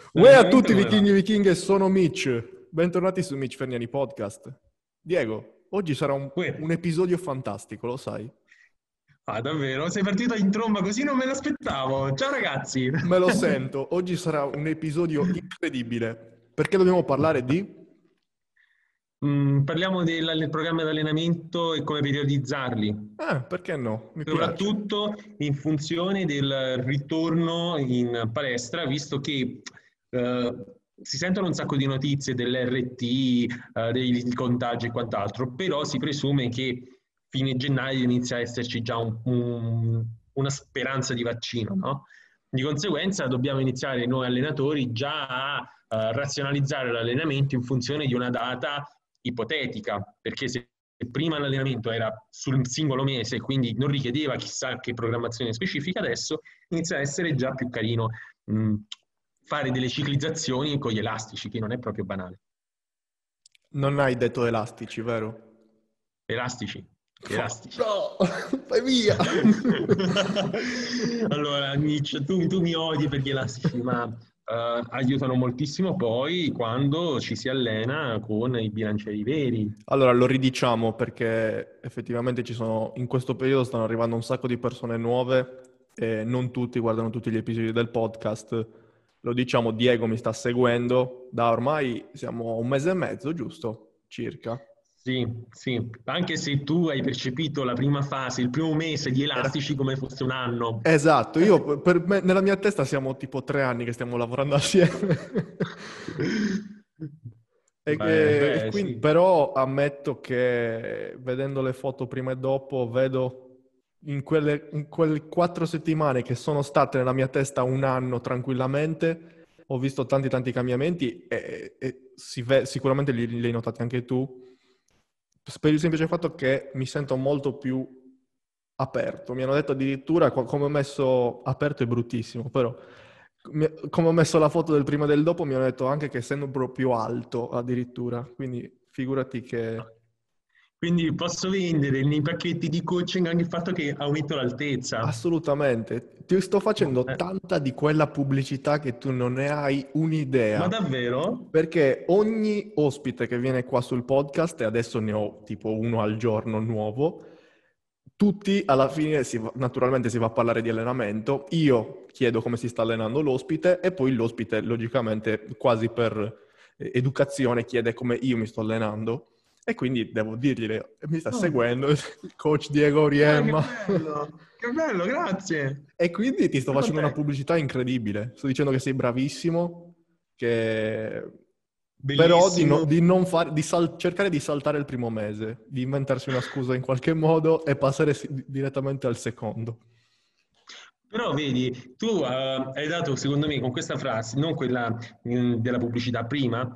Uè a L'allenamento tutti come va? vichinghi e vichinghe, sono Mitch. Bentornati su Mitch Ferniani Podcast. Diego, oggi sarà un, Uè. un episodio fantastico, lo sai? Ah, davvero? Sei partito in tromba così non me l'aspettavo. Ciao ragazzi! Me lo sento, oggi sarà un episodio incredibile. Perché dobbiamo parlare di... Parliamo del programma di allenamento e come periodizzarli, Perché no? Mi piace. soprattutto in funzione del ritorno in palestra, visto che eh, si sentono un sacco di notizie dell'RT, dei contagi e quant'altro, però si presume che fine gennaio inizia a esserci già una speranza di vaccino, no? Di conseguenza dobbiamo iniziare noi allenatori già a razionalizzare l'allenamento in funzione di una data ipotetica, perché se prima l'allenamento era sul singolo mese, quindi non richiedeva chissà che programmazione specifica, adesso inizia a essere già più carino fare delle ciclizzazioni con gli elastici, che non è proprio banale. Non hai detto elastici, vero? Elastici, elastici. No, vai via! Allora, Mitch, tu mi odi per gli elastici, ma aiutano moltissimo poi quando ci si allena con i bilancieri veri. Allora, lo ridiciamo perché effettivamente in questo periodo stanno arrivando un sacco di persone nuove e non tutti guardano tutti gli episodi del podcast. Lo diciamo, Diego mi sta seguendo da ormai siamo un mese e mezzo, giusto? Circa. Sì, sì, anche se tu hai percepito la prima fase, il primo mese di Era- elastici come fosse un anno. Esatto, nella mia testa siamo tipo 3 anni che stiamo lavorando assieme. E Beh, quindi, sì. però ammetto che vedendo le foto prima e dopo, vedo in quelle 4 settimane che sono state nella mia testa un anno tranquillamente, ho visto tanti cambiamenti e sicuramente li hai notati anche tu, per il semplice fatto che mi sento molto più aperto. Mi hanno detto addirittura come ho messo aperto è bruttissimo, però come ho messo la foto del prima e del dopo mi hanno detto anche che sembro più alto addirittura, quindi figurati che Quindi posso vendere nei pacchetti di coaching anche il fatto che aumento l'altezza. assolutamente ti sto facendo Eh, tanta di quella pubblicità che tu non ne hai ma un'idea. davvero? Perché ogni ospite che viene qua sul podcast, e adesso ne ho tipo uno al giorno nuovo, tutti alla fine naturalmente si va a parlare di allenamento. Io chiedo come si sta allenando l'ospite e poi l'ospite, logicamente, quasi per educazione, chiede come io mi sto allenando. E quindi devo dirgli, mi sta Oh, seguendo il coach Diego che Riemma. bello! Che bello, grazie! E quindi ti sto Sono facendo una contento. pubblicità incredibile. Sto dicendo che sei bravissimo, che... però Bellissimo. di non fare, cercare di saltare il primo mese, di inventarsi una scusa in qualche modo e passare direttamente al secondo. Però vedi, tu hai dato, secondo me, con questa frase, non quella della pubblicità prima,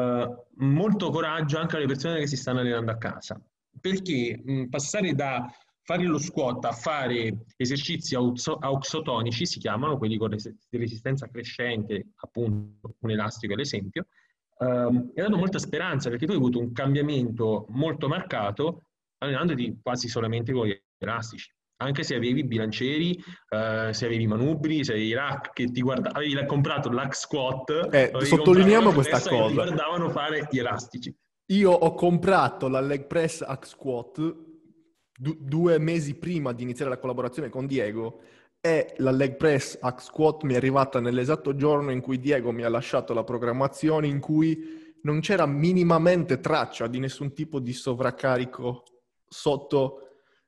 molto coraggio anche alle persone che si stanno allenando a casa. Perché passare da fare lo squat a fare esercizi auxotonici, si chiamano, quelli con resistenza crescente, appunto, un elastico ad esempio, ha dato molta speranza perché tu hai avuto un cambiamento molto marcato allenandoti quasi solamente con gli elastici. Anche se avevi bilancieri, se avevi i manubri, se avevi i rack che ti guardavano, avevi comprato l'hack squat, avevi comprato una Sottolineiamo questa pressa che ti cosa. guardavano fare gli elastici. Io ho comprato la leg press hack squat 2 mesi prima di iniziare la collaborazione con Diego e la leg press hack squat mi è arrivata nell'esatto giorno in cui Diego mi ha lasciato la programmazione in cui non c'era minimamente traccia di nessun tipo di sovraccarico sotto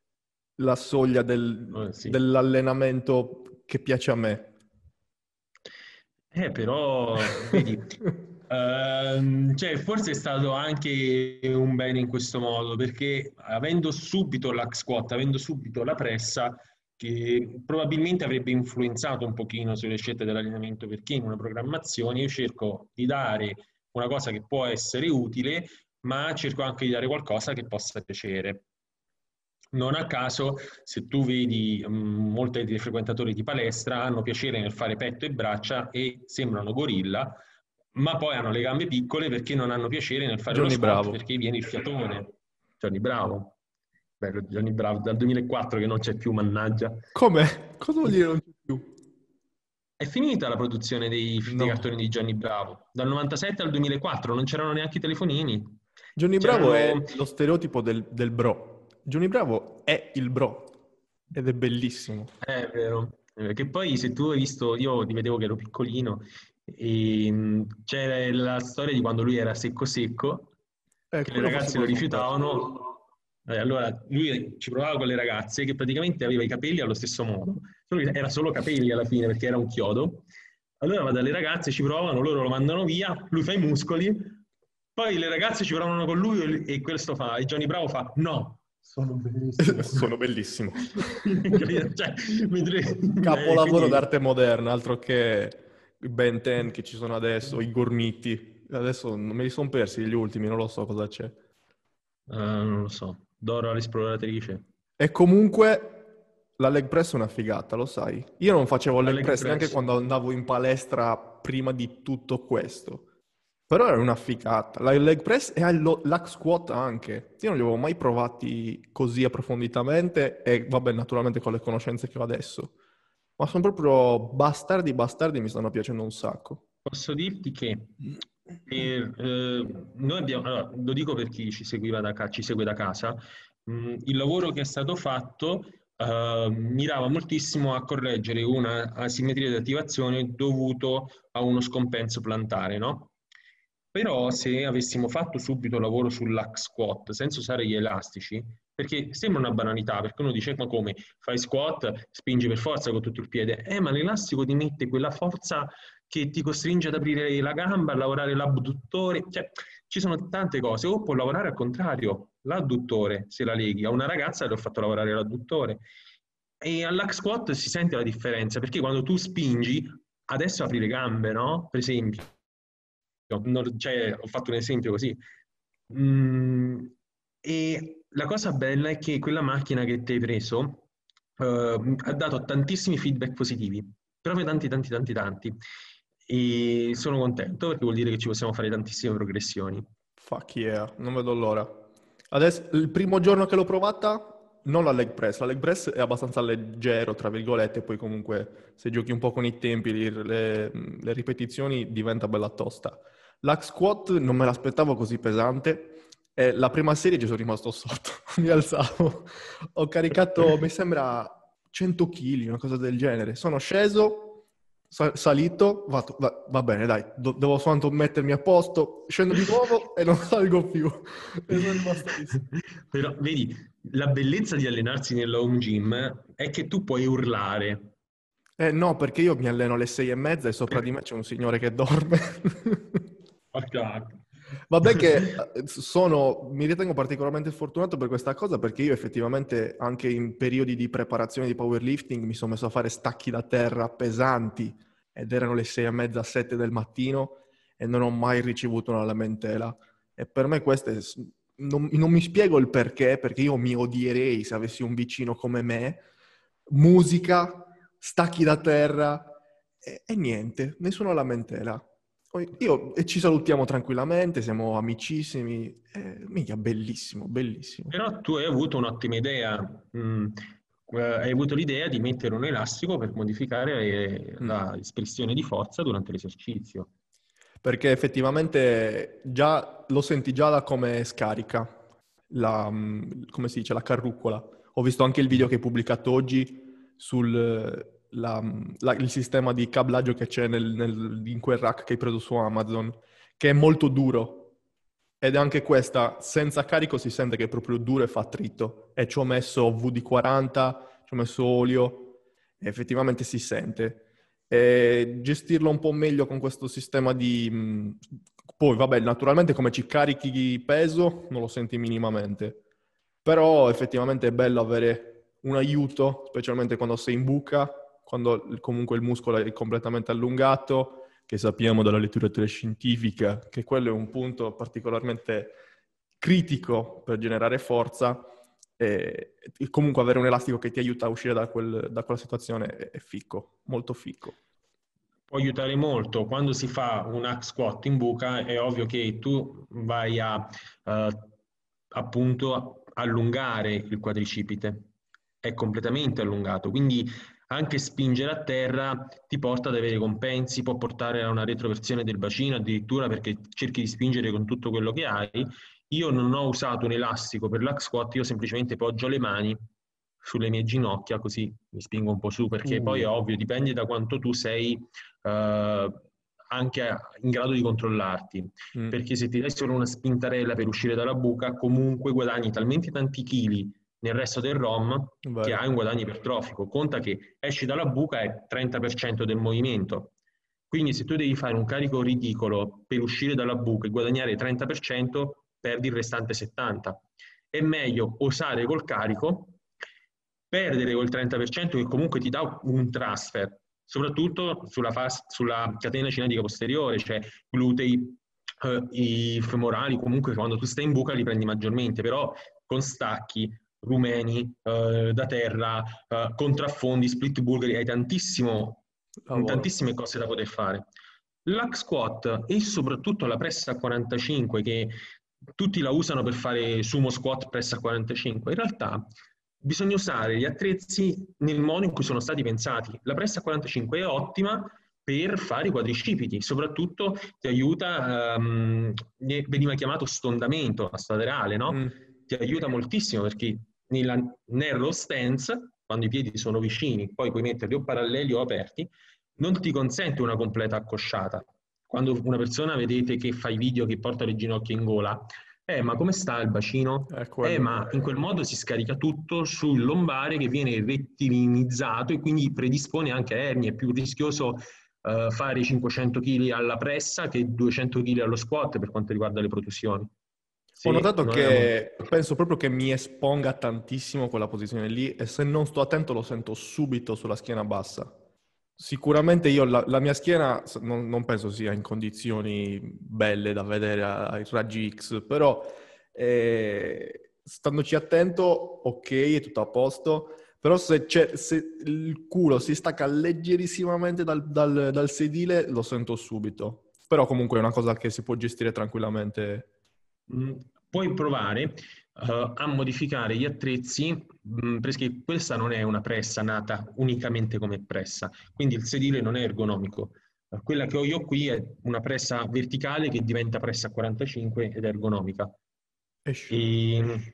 la soglia Sì. dell'allenamento che piace a me. Però, vedi, cioè, forse è stato anche un bene in questo modo, perché avendo subito l'hack squat, avendo subito la pressa, che probabilmente avrebbe influenzato un pochino sulle scelte dell'allenamento, perché in una programmazione io cerco di dare una cosa che può essere utile, ma cerco anche di dare qualcosa che possa piacere. Non a caso, se tu vedi molti dei frequentatori di palestra hanno piacere nel fare petto e braccia e sembrano gorilla, ma poi hanno le gambe piccole perché non hanno piacere nel fare lo Johnny squat Bravo. perché viene il fiatone. Johnny Bravo. Bello, Johnny Bravo, dal 2004 che non c'è più, mannaggia. Come? Cosa vuol dire non c'è più? È finita la produzione dei No. cartoni di Johnny Bravo. Dal 97 al 2004 non c'erano neanche i telefonini. Johnny Bravo C'erano... è lo stereotipo del bro. Johnny Bravo è il bro ed è bellissimo. È vero. Che poi se tu hai visto, io ti vedevo che ero piccolino, e c'era la storia di quando lui era secco secco, che le Quello forse ragazze me lo lo sono perso. rifiutavano. Allora lui ci provava con le ragazze che praticamente aveva i capelli allo stesso modo, solo che era solo capelli alla fine perché era un chiodo. Allora va dalle ragazze, ci provano, loro lo mandano via, lui fa i muscoli, poi le ragazze ci provano con lui e questo fa, e Johnny Bravo fa no, sono bellissimo. Sono bellissimo. Cioè, mentre, Capolavoro quindi d'arte moderna, altro che i Ben 10 che ci sono adesso, i gormiti. Adesso non me li sono persi gli ultimi, non lo so cosa c'è. non lo so, Dora l'esploratrice. E comunque la leg press è una figata, lo sai. Io non facevo La leg leg press neanche press. quando andavo in palestra prima di tutto questo. Però era una figata. La leg press e l'hack squat anche. Io non li avevo mai provati così approfonditamente e vabbè, naturalmente con le conoscenze che ho adesso. Ma sono proprio bastardi, mi stanno piacendo un sacco. Posso dirti che noi abbiamo, allora, lo dico per chi ci seguiva ci segue da casa, il lavoro che è stato fatto mirava moltissimo a correggere una asimmetria di attivazione dovuto a uno scompenso plantare, no? Però se avessimo fatto subito il lavoro sull'hack squat senza usare gli elastici, perché sembra una banalità, perché uno dice ma come fai squat, spingi per forza con tutto il piede, ma l'elastico ti mette quella forza che ti costringe ad aprire la gamba, a lavorare l'abduttore, cioè ci sono tante cose, o può lavorare al contrario, l'adduttore se la leghi, a una ragazza le ho fatto lavorare l'adduttore e all'hack squat si sente la differenza, perché quando tu spingi, adesso apri le gambe, no? Per esempio, cioè, ho fatto un esempio così. Mm, e la cosa bella è che quella macchina che ti hai preso ha dato tantissimi feedback positivi, proprio tanti. E sono contento perché vuol dire che ci possiamo fare tantissime progressioni. Fuck yeah, non vedo l'ora. Adesso, il primo giorno che l'ho provata, non la leg press è abbastanza leggero, tra virgolette, poi comunque se giochi un po' con i tempi, le ripetizioni diventa bella tosta. L'hack squat non me l'aspettavo così pesante e la prima serie ci sono rimasto sotto, mi alzavo. Ho caricato, mi sembra, 100 kg, una cosa del genere. Sono sceso, salito, va bene, dai, devo soltanto mettermi a posto, scendo di nuovo e non salgo più. E sono rimasto lì. Però vedi, la bellezza di allenarsi nell'home gym è che tu puoi urlare. No, perché io mi alleno alle 6:30 e sopra di me c'è un signore che dorme. Porca- Vabbè che mi ritengo particolarmente fortunato per questa cosa perché io effettivamente anche in periodi di preparazione di powerlifting mi sono messo a fare stacchi da terra pesanti ed erano le 6:30, 7 del mattino e non ho mai ricevuto una lamentela. E per me questo non mi spiego il perché io mi odierei se avessi un vicino come me, musica, stacchi da terra e niente, nessuna lamentela. E ci salutiamo tranquillamente, siamo amicissimi. Mica, bellissimo, bellissimo. Però tu hai avuto un'ottima idea. Hai avuto l'idea di mettere un elastico per modificare Mm. l'espressione di forza durante l'esercizio. Perché effettivamente già lo senti già da come scarica come si dice, la carrucola. Ho visto anche il video che hai pubblicato oggi il sistema di cablaggio che c'è in quel rack che hai preso su Amazon, che è molto duro. Ed anche questa, senza carico, si sente che è proprio duro e fa attrito. E ci ho messo VD40, ci ho messo olio, e effettivamente si sente. E gestirlo un po' meglio con questo sistema di. Poi, vabbè, naturalmente come ci carichi peso non lo senti minimamente. Però effettivamente è bello avere un aiuto, specialmente quando sei in buca, quando comunque il muscolo è completamente allungato, che sappiamo dalla letteratura scientifica che quello è un punto particolarmente critico per generare forza e comunque avere un elastico che ti aiuta a uscire da quella situazione è ficco, molto ficco. Può aiutare molto. Quando si fa un hack squat in buca è ovvio che tu vai a appunto allungare il quadricipite. È completamente allungato, quindi anche spingere a terra ti porta ad avere compensi, può portare a una retroversione del bacino addirittura perché cerchi di spingere con tutto quello che hai. Io non ho usato un elastico per l'hack squat, io semplicemente poggio le mani sulle mie ginocchia così mi spingo un po' su, perché poi è ovvio, dipende da quanto tu sei anche in grado di controllarti, perché se ti dai solo una spintarella per uscire dalla buca, comunque guadagni talmente tanti chili nel resto del ROM che Vero. hai un guadagno ipertrofico. Conta che esci dalla buca è 30% del movimento. Quindi se tu devi fare un carico ridicolo per uscire dalla buca e guadagnare il 30%, perdi il restante 70%. È meglio osare col carico, perdere quel 30% che comunque ti dà un transfer, soprattutto sulla catena cinetica posteriore, cioè glutei, i femorali, comunque quando tu stai in buca li prendi maggiormente, però con stacchi, rumeni, da terra, contraffondi, split bulgari, hai tantissime cose da poter fare. L'hack squat e soprattutto la pressa a 45, che tutti la usano per fare sumo squat pressa a 45, in realtà bisogna usare gli attrezzi nel modo in cui sono stati pensati. La pressa a 45 è ottima per fare i quadricipiti, soprattutto ti aiuta, veniva chiamato stondamento laterale, no? Ti aiuta moltissimo perché nella narrow stance, quando i piedi sono vicini, poi puoi metterli o paralleli o aperti, non ti consente una completa accosciata. Quando una persona vedete che fa i video che porta le ginocchia in gola, ma come sta il bacino? Ma in quel modo si scarica tutto sul lombare che viene rettilinizzato e quindi predispone anche a ernie. È più rischioso fare 500 kg alla pressa che 200 kg allo squat per quanto riguarda le protusioni. Ho Se notato non è una... che penso proprio che mi esponga tantissimo quella posizione lì e se non sto attento lo sento subito sulla schiena bassa. Sicuramente io la mia schiena non penso sia in condizioni belle da vedere ai raggi X, però standoci attento, ok, è tutto a posto, però se il culo si stacca leggerissimamente dal sedile lo sento subito. Però comunque è una cosa che si può gestire tranquillamente. Puoi provare a modificare gli attrezzi, perché questa non è una pressa nata unicamente come pressa, quindi il sedile non è ergonomico. Quella che ho io qui è una pressa verticale che diventa pressa a 45 ed è ergonomica. E,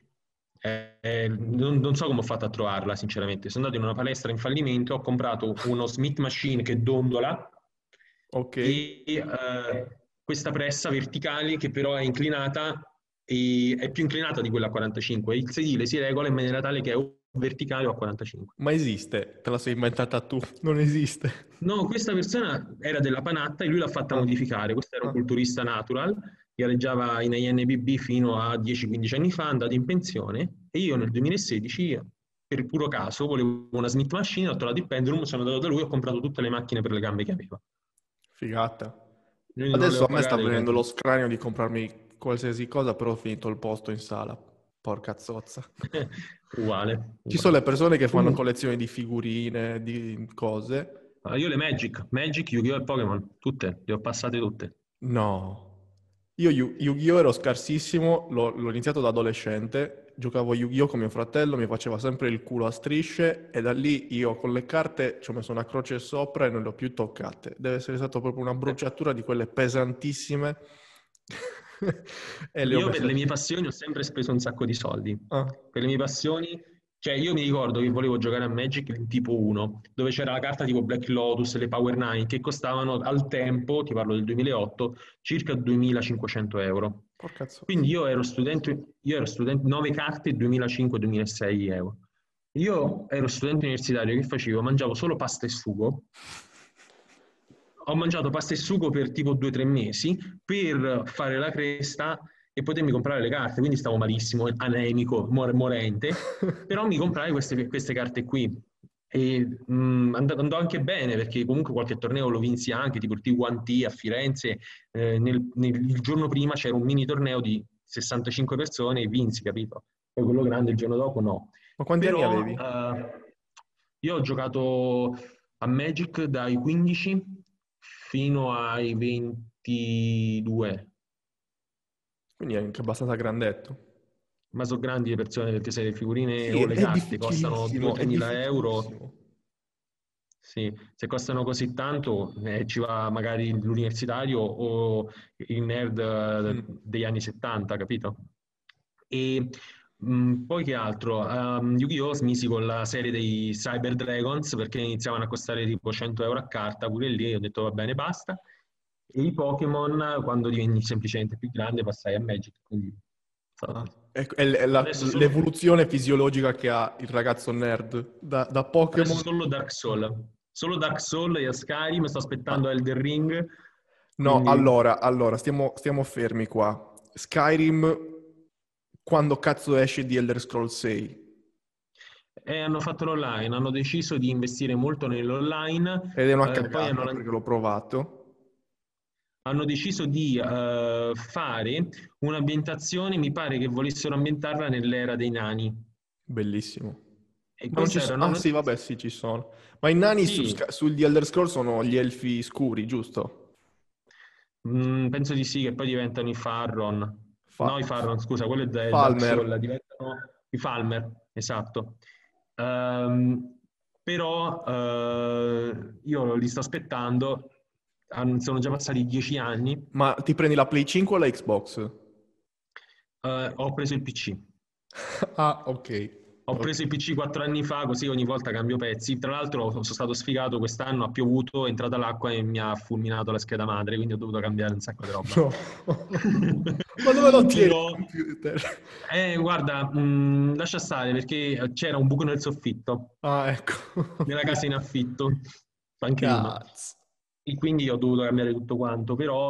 non so come ho fatto a trovarla, sinceramente. Sono andato in una palestra in fallimento, ho comprato uno Smith Machine che dondola Ok. e questa pressa verticale che però è inclinata e è più inclinata di quella a 45. Il sedile si regola in maniera tale che è o verticale o a 45. Ma esiste? Te la sei inventata tu? Non esiste. No, questa persona era della Panatta e lui l'ha fatta Ah, modificare. Questo era un ah. culturista natural, gareggiava in INBB fino a 10-15 anni fa, è andato in pensione e io nel 2016, per puro caso, volevo una Smith Machine, ho trovato il pendulum, sono andato da lui e ho comprato tutte le macchine per le gambe che aveva. Figata. Quindi non le Adesso ho a me sta pagate venendo ovviamente. lo scranio di comprarmi qualsiasi cosa, però ho finito il posto in sala. Porca zozza. Uguale, Ci sono uguale. le persone che fanno Comunque, collezioni di figurine, di cose. io le Magic, Yu-Gi-Oh! E Pokémon, tutte, le ho passate tutte. No. Io Yu-Gi-Oh! Ero scarsissimo, l'ho iniziato da adolescente, giocavo a Yu-Gi-Oh! Con mio fratello, mi faceva sempre il culo a strisce e da lì io con le carte ci ho messo una croce sopra e non le ho più toccate. Deve essere stata proprio una bruciatura di quelle pesantissime e le ho Io per messe... le mie passioni ho sempre speso un sacco di soldi. Ah, Per le mie passioni, cioè io mi ricordo che volevo giocare a Magic in tipo 1, dove c'era la carta tipo Black Lotus, le Power 9, che costavano al tempo, ti parlo del 2008, circa 2.500 euro. porca zozza. Quindi io ero studente 9 carte 2005-2006 euro. Io ero studente universitario, che facevo? Mangiavo solo pasta e sugo. Ho mangiato pasta e sugo per tipo 2 o 3 mesi per fare la cresta e potermi comprare le carte, quindi stavo malissimo, anemico, morente, però mi comprai queste carte qui. E andò anche bene perché comunque qualche torneo lo vinsi anche, tipo il T1T a Firenze. Il giorno prima c'era un mini torneo di 65 persone e vinsi, capito? Poi quello grande il giorno dopo no. Ma quanti anni Però avevi? io ho giocato a Magic dai 15 fino ai 22, Quindi è anche abbastanza grandetto. ma sono grandi le persone perché se le figurine Sì, o le è carte costano difficilissimo, 2-3 è mila euro, difficilissimo. Sì, se costano così tanto ci va magari l'universitario o il nerd Mm. degli anni 70, capito? E poi che altro? Yu-Gi-Oh! Smisi con la serie dei Cyber Dragons perché iniziavano a costare tipo 100 euro a carta, pure lì ho detto va bene, basta. E i Pokémon, quando diventi semplicemente più grande, passai a Magic, quindi è stato Ah, così. è Adesso solo, l'evoluzione fisiologica che ha il ragazzo nerd da adesso Pokémon. solo Dark Soul. Solo Dark Soul e Skyrim, sto aspettando Ah, Elden Ring, no, quindi allora, stiamo fermi qua. Skyrim, quando cazzo esce di Elder Scrolls 6? hanno fatto l'online, hanno deciso di investire molto nell'online, Ed è una poi cagata perché l'ho provato. hanno deciso di fare un'ambientazione, mi pare che volessero ambientarla nell'era dei nani. Bellissimo. E Ma non ci questa era sono. una Ah sì, vabbè, notizia. sì, ci sono. Ma i nani Sì, sugli Elder Scrolls sono gli elfi scuri, giusto? penso di sì, che poi diventano i Farron. No, i Farron, scusa, quello è Dark Falmer. Soul, diventano i Falmer, esatto. Ehm, però io li sto aspettando, sono già passati 10 anni. Ma ti prendi la Play 5 o la Xbox? Ho preso il PC. Ah, ok. Ho Ok. preso il PC 4 anni fa, così ogni volta cambio pezzi. Tra l'altro sono stato sfigato quest'anno, ha piovuto, è entrata l'acqua e mi ha fulminato la scheda madre, quindi ho dovuto cambiare un sacco di roba. No. Ma dove lo tieni il Però, computer? guarda, lascia stare perché c'era un buco nel soffitto Ah, ecco. nella Ok. casa in affitto, anche una. Cazzo. E quindi ho dovuto cambiare tutto quanto, però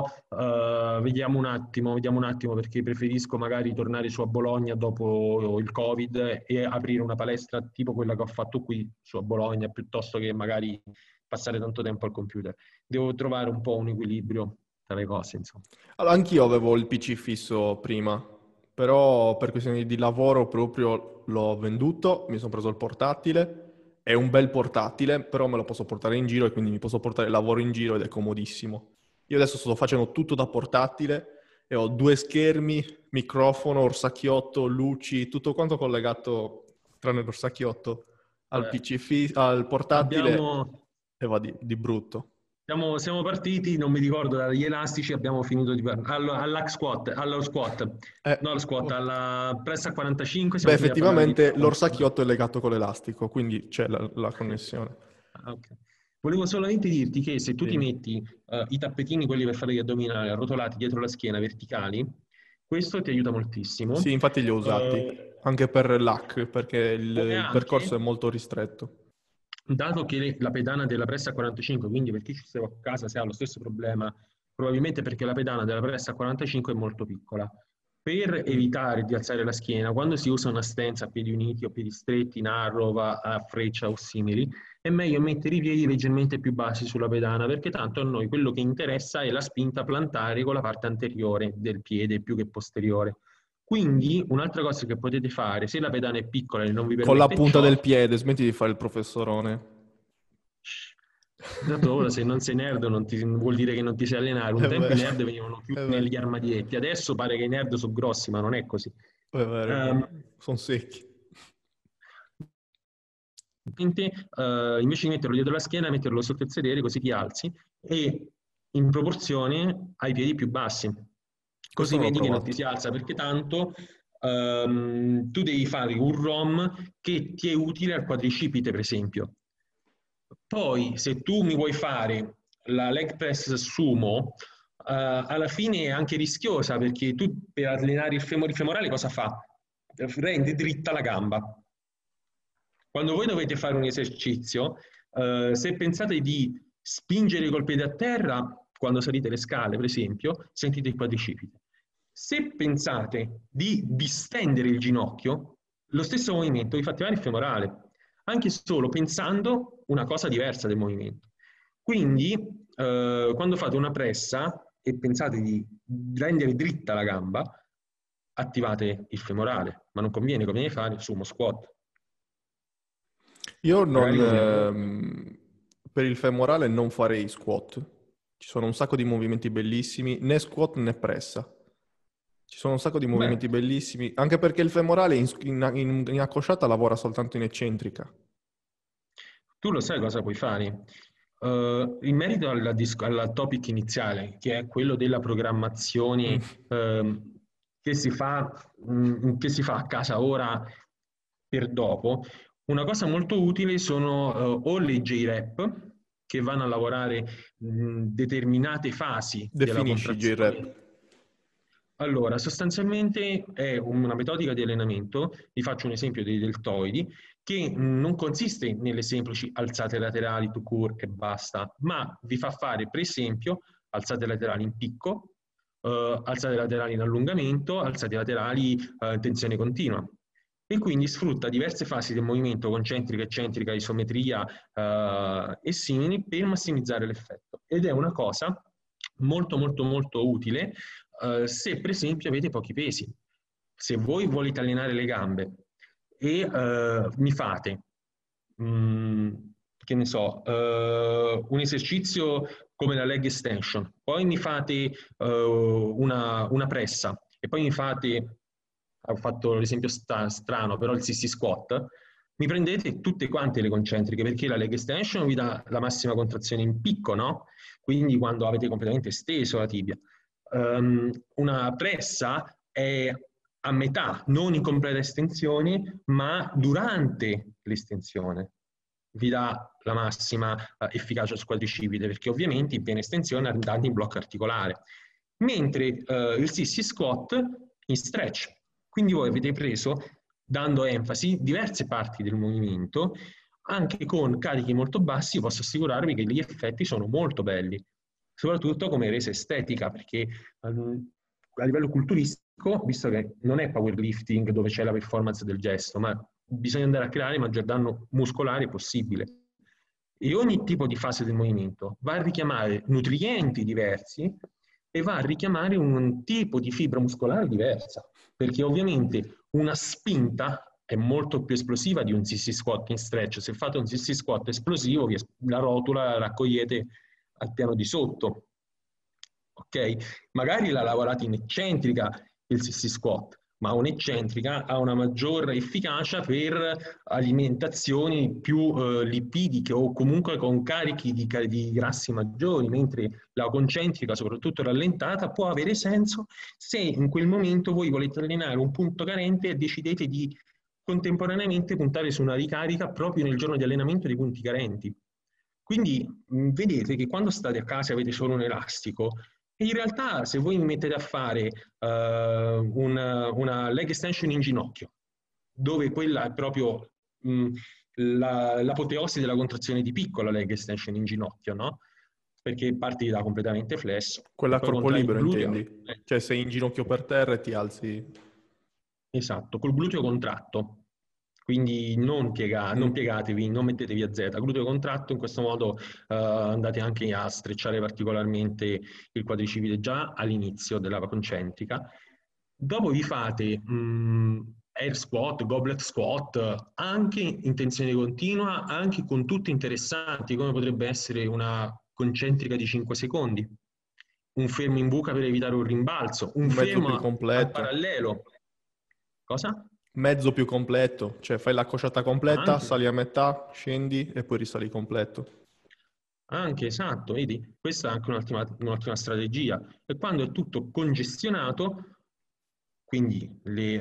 vediamo un attimo perché preferisco magari tornare su a Bologna dopo il Covid e aprire una palestra tipo quella che ho fatto qui su a Bologna, piuttosto che magari passare tanto tempo al computer. Devo trovare un po' un equilibrio tra le cose, insomma. Allora, anch'io avevo il PC fisso prima, però per questioni di lavoro proprio l'ho venduto, mi sono preso il portatile. È un bel portatile, però me lo posso portare in giro e quindi mi posso portare il lavoro in giro ed è comodissimo. Io adesso sto facendo tutto da portatile e ho due schermi, microfono, orsacchiotto, luci, tutto quanto collegato, tranne l'orsacchiotto, al Vabbè, PC, al portatile abbiamo, e va di brutto. siamo partiti, non mi ricordo, dagli elastici, abbiamo finito di all'hack squat, allo squat, no allo squat, Oh. alla press a 45, Beh, siamo finiti a parlare di effettivamente power. l'orsacchiotto è legato con l'elastico, quindi c'è la connessione. Ah, ok. Volevo solamente dirti che se tu ti Dimmi. metti i tappetini, quelli per fare gli addominali, arrotolati dietro la schiena, verticali, questo ti aiuta Sì, moltissimo. infatti li ho usati, anche per l'hack, perché E il percorso anche, è molto ristretto. dato che la pedana della pressa a 45, quindi per chi ci stava a casa se ha lo stesso problema, probabilmente perché la pedana della pressa a 45 è molto piccola. Per Mm. evitare di alzare la schiena, quando si usa una stance a piedi uniti o piedi stretti, in arrow, a freccia o simili, è meglio mettere i piedi leggermente più bassi sulla pedana, perché tanto a noi quello che interessa è la spinta plantare con la parte anteriore del piede più che posteriore. Quindi un'altra cosa che potete fare, se la pedana è piccola e non vi Con la permette punta ciò, del piede, smetti di fare il professorone. dato ora se non sei nerd vuol dire che non ti sai allenare. Un È tempo i vero, nerd venivano è chiusi vero, negli armadietti, adesso pare che i nerd sono grossi, ma non è così. è vero, è vero. Um, Sono secchi. invece di metterlo dietro la schiena, metterlo sotto il sedere così ti alzi e in proporzione ai piedi più bassi. Questo Così non l'ho vedi che non ti provato. si alza perché tanto tu devi fare un ROM che ti è utile al quadricipite, per esempio. Poi, se tu mi vuoi fare la leg press sumo, alla fine è anche rischiosa perché tu per allenare il femorale cosa fa? Rende dritta la gamba. Quando voi dovete fare un esercizio, se pensate di spingere col piede a terra, quando salite le scale, per esempio, sentite il quadricipite. Se pensate di distendere il ginocchio, lo stesso movimento vi fa attivare il femorale, anche solo pensando una cosa diversa del movimento. Quindi, quando fate una pressa e pensate di rendere dritta la gamba, attivate il femorale, ma non conviene fare sumo squat. Io Magari non, conviene. per il femorale non farei squat. Ci sono un sacco di movimenti bellissimi, né squat né pressa. Ci sono un sacco di Beh, movimenti bellissimi, anche perché il femorale in accosciata lavora soltanto in eccentrica. Tu lo sai cosa puoi fare? In merito al topic iniziale, che è quello della programmazione che si fa a casa ora per dopo, una cosa molto utile sono o le JREP, che vanno a lavorare determinate fasi della Definisci contrazione. JREP. Allora, sostanzialmente è una metodica di allenamento, vi faccio un esempio dei deltoidi, che non consiste nelle semplici alzate laterali to court e basta, ma vi fa fare, per esempio, alzate laterali in picco, alzate laterali in allungamento, alzate laterali in tensione continua. E quindi sfrutta diverse fasi del movimento, concentrica, eccentrica, isometria e simili, per massimizzare l'effetto. Ed è una cosa molto molto molto utile se per esempio avete pochi pesi. Se voi volete allenare le gambe e mi fate, che ne so, un esercizio come la leg extension, poi mi fate una pressa e poi mi fate, ho fatto l'esempio strano, però il sissy squat, mi prendete tutte quante le concentriche, perché la leg extension vi dà la massima contrazione in picco, no? Quindi quando avete completamente steso la tibia. Una pressa è a metà, non in completa estensione, ma durante l'estensione vi dà la massima efficacia sul quadricipite, perché ovviamente in piena estensione andate in blocco articolare. Mentre il sissy squat in stretch. Quindi voi avete preso, dando enfasi, diverse parti del movimento, anche con carichi molto bassi, posso assicurarvi che gli effetti sono molto belli, soprattutto come resa estetica, perché a livello culturistico, visto che non è powerlifting dove c'è la performance del gesto, ma bisogna andare a creare il maggior danno muscolare possibile. E ogni tipo di fase del movimento va a richiamare nutrienti diversi e va a richiamare un tipo di fibra muscolare diversa, perché ovviamente una spinta è molto più esplosiva di un sissy squat in stretch. Se fate un sissy squat esplosivo, la rotula la raccogliete al piano di sotto, ok? Magari la lavorate in eccentrica il sissy squat, ma un'eccentrica ha una maggiore efficacia per alimentazioni più lipidiche o comunque con carichi di grassi maggiori, mentre la concentrica, soprattutto rallentata, può avere senso se in quel momento voi volete allenare un punto carente e decidete di contemporaneamente puntare su una ricarica proprio nel giorno di allenamento dei punti carenti. Quindi vedete che quando state a casa e avete solo un elastico, in realtà se voi mi mettete a fare una leg extension in ginocchio, dove quella è proprio l'apoteosi della contrazione di picco, la leg extension in ginocchio, no? Perché parti da completamente flesso e Quella a poi corpo contrai il libero, gluteo. intendi? Cioè sei in ginocchio per terra e ti alzi. Esatto, col gluteo contratto. Quindi non piegatevi, non mettetevi a Z, gluteo contratto, in questo modo andate anche a strecciare particolarmente il quadricipite già all'inizio della concentrica. Dopo vi fate air squat, goblet squat, anche in tensione continua, anche con tutti interessanti, come potrebbe essere una concentrica di 5 secondi, un fermo in buca per evitare un rimbalzo, un Un mezzo più fermo a completo. parallelo. Cosa? Mezzo più completo, cioè fai la crociata completa, Anche. sali a metà, scendi e poi risali completo. Anche, esatto, vedi, questa è anche un'ottima strategia. E quando è tutto congestionato, quindi,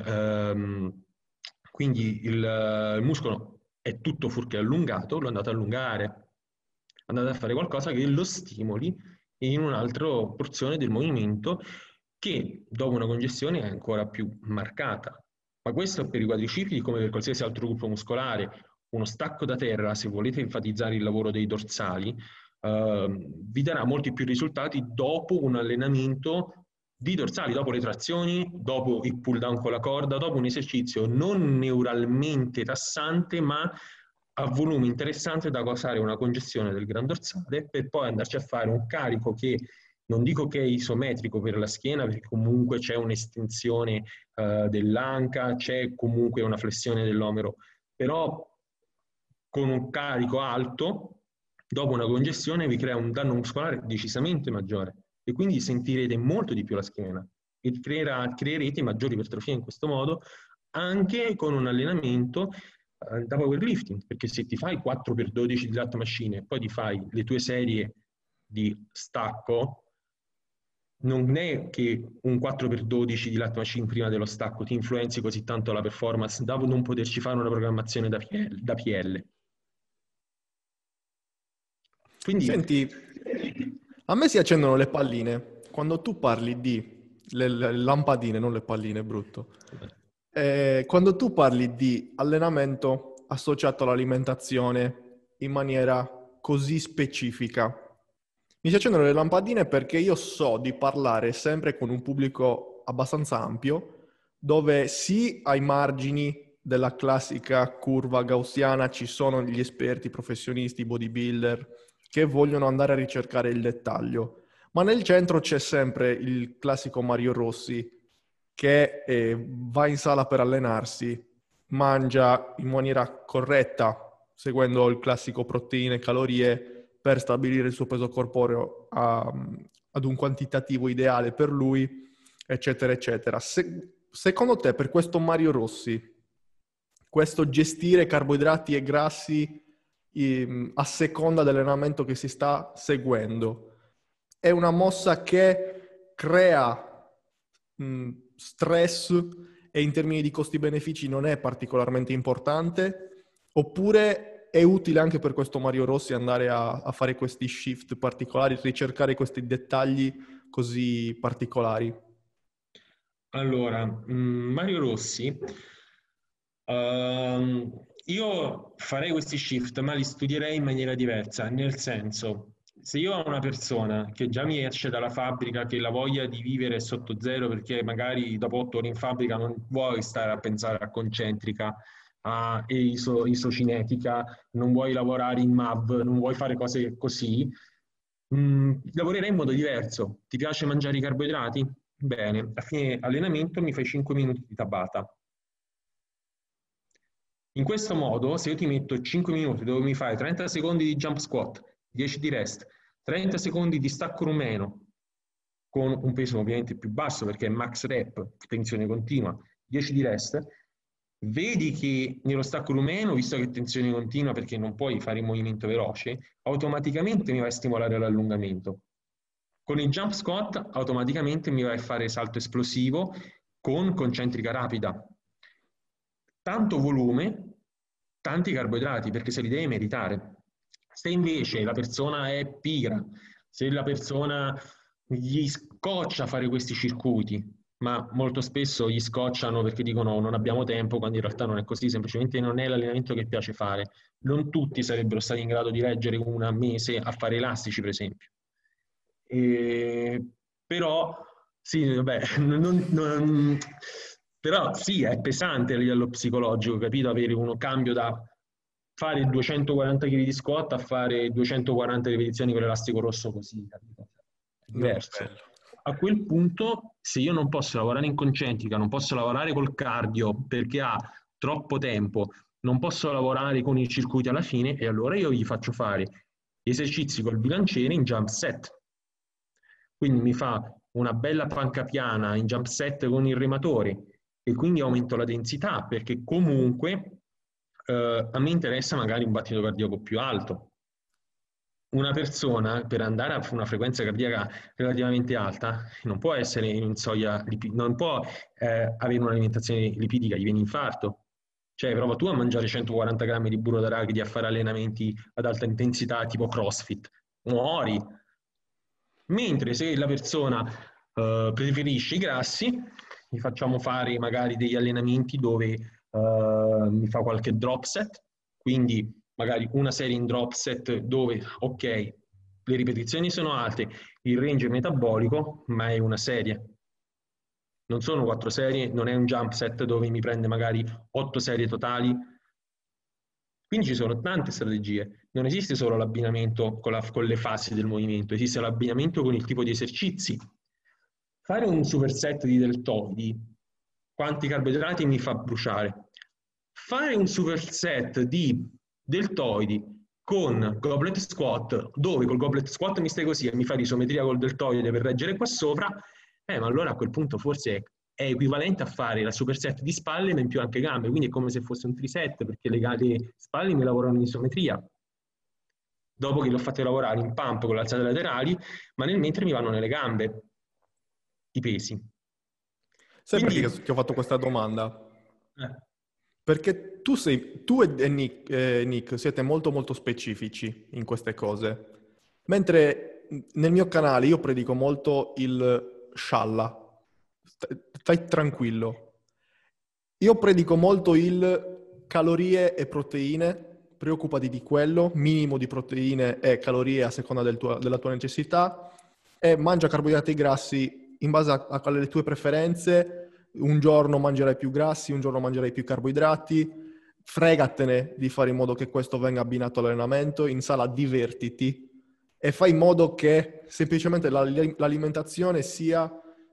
quindi il muscolo è tutto fuorché allungato, lo andate a allungare, andate a fare qualcosa che lo stimoli in un'altra porzione del movimento che dopo una congestione è ancora più marcata. Ma questo è per i quadricipiti come per qualsiasi altro gruppo muscolare. Uno stacco da terra, se volete enfatizzare il lavoro dei dorsali, vi darà molti più risultati dopo un allenamento di dorsali, dopo le trazioni, dopo il pull down con la corda, dopo un esercizio non neuralmente tassante, ma a volume interessante da causare una congestione del gran dorsale per poi andarci a fare un carico che non dico che è isometrico per la schiena, perché comunque c'è un'estensione dell'anca, c'è comunque una flessione dell'omero, però con un carico alto, dopo una congestione vi crea un danno muscolare decisamente maggiore e quindi sentirete molto di più la schiena e creerete maggiori ipertrofie in questo modo, anche con un allenamento da powerlifting, perché se ti fai 4x12 di latte machine e poi ti fai le tue serie di stacco, non è che un 4x12 di latte machine prima dello stacco ti influenzi così tanto la performance da non poterci fare una programmazione da PL. Quindi, Senti, a me si accendono le palline quando tu parli di le lampadine, non le palline, brutto. Quando tu parli di allenamento associato all'alimentazione in maniera così specifica, mi si accendono le lampadine perché io so di parlare sempre con un pubblico abbastanza ampio, dove sì, ai margini della classica curva gaussiana ci sono gli esperti, professionisti, bodybuilder che vogliono andare a ricercare il dettaglio, ma nel centro c'è sempre il classico Mario Rossi che va in sala per allenarsi, mangia in maniera corretta, seguendo il classico proteine e calorie per stabilire il suo peso corporeo ad un quantitativo ideale per lui, eccetera, eccetera. Secondo te, per questo Mario Rossi, questo gestire carboidrati e grassi a seconda dell'allenamento che si sta seguendo, è una mossa che crea stress e in termini di costi-benefici non è particolarmente importante, oppure è utile anche per questo Mario Rossi andare a fare questi shift particolari, ricercare questi dettagli così particolari? allora, Mario Rossi, io farei questi shift, ma li studierei in maniera diversa, nel senso, se io ho una persona che già mi esce dalla fabbrica, che la voglia di vivere è sotto zero perché magari dopo 8 ore in fabbrica non vuoi stare a pensare a concentrica, a isocinetica, non vuoi lavorare in MAV, non vuoi fare cose così, lavorerei in modo diverso. Ti piace mangiare i carboidrati? Bene, a fine allenamento mi fai 5 minuti di tabata. In questo modo, se io ti metto 5 minuti dove mi fai 30 secondi di jump squat, 10 di rest, 30 secondi di stacco rumeno, con un peso ovviamente più basso perché è max rep, tensione continua, 10 di rest, vedi che nello stacco rumeno, visto che è tensione continua perché non puoi fare il movimento veloce, automaticamente mi vai a stimolare l'allungamento. Con il jump squat automaticamente mi vai a fare salto esplosivo con concentrica rapida. Tanto volume, tanti carboidrati, perché se li devi meritare. Se invece la persona è pigra, se la persona gli scoccia fare questi circuiti, ma molto spesso gli scocciano perché dicono non abbiamo tempo, quando in realtà non è così, semplicemente non è l'allenamento che piace fare. Non tutti sarebbero stati in grado di reggere un mese a fare elastici, per esempio. Però sì, vabbè, però sì, è pesante a livello psicologico, capito? Avere uno cambio da fare 240 kg di squat a fare 240 ripetizioni con l'elastico rosso così, capito? È Non è diverso. bello. A quel punto, se io non posso lavorare in concentrica, non posso lavorare col cardio perché ha troppo tempo, non posso lavorare con i circuiti alla fine, e allora io gli faccio fare esercizi col bilanciere in jump set. Quindi mi fa una bella panca piana in jump set con il rematore e quindi aumento la densità perché comunque a me interessa magari un battito cardiaco più alto. Una persona per andare a una frequenza cardiaca relativamente alta non può essere in soglia, non può avere un'alimentazione lipidica, gli viene infarto. Cioè, prova tu a mangiare 140 grammi di burro d'arachidi a fare allenamenti ad alta intensità tipo CrossFit, muori. Mentre se la persona preferisce i grassi, gli facciamo fare magari degli allenamenti dove mi fa qualche drop set, quindi magari una serie in drop set dove, ok, le ripetizioni sono alte, il range è metabolico, ma è una serie. Non sono 4 serie, non è un jump set dove mi prende magari 8 serie totali. Quindi ci sono tante strategie. Non esiste solo l'abbinamento con le fasi del movimento, esiste l'abbinamento con il tipo di esercizi. Fare un superset di deltoidi, quanti carboidrati mi fa bruciare? Fare un superset di deltoidi con goblet squat, dove col goblet squat mi stai così e mi fai l'isometria col deltoide per reggere qua sopra, ma allora a quel punto forse è equivalente a fare la superset di spalle ma in più anche gambe, quindi è come se fosse un triset perché le spalle mi lavorano in isometria, dopo che le ho fatte lavorare in pump con le alzate laterali, ma nel mentre mi vanno nelle gambe i pesi. Sai perché Quindi, ti ho fatto questa domanda? eh, Perché tu e Nick siete molto molto specifici in queste cose, mentre nel mio canale io predico molto il scialla, stai tranquillo. Io predico molto il calorie e proteine, preoccupati di quello, minimo di proteine e calorie a seconda della tua necessità, e mangia carboidrati grassi in base alle tue preferenze. Un giorno mangerai più grassi, un giorno mangerai più carboidrati. Fregatene di fare in modo che questo venga abbinato all'allenamento. In sala divertiti e fai in modo che semplicemente l'alimentazione sia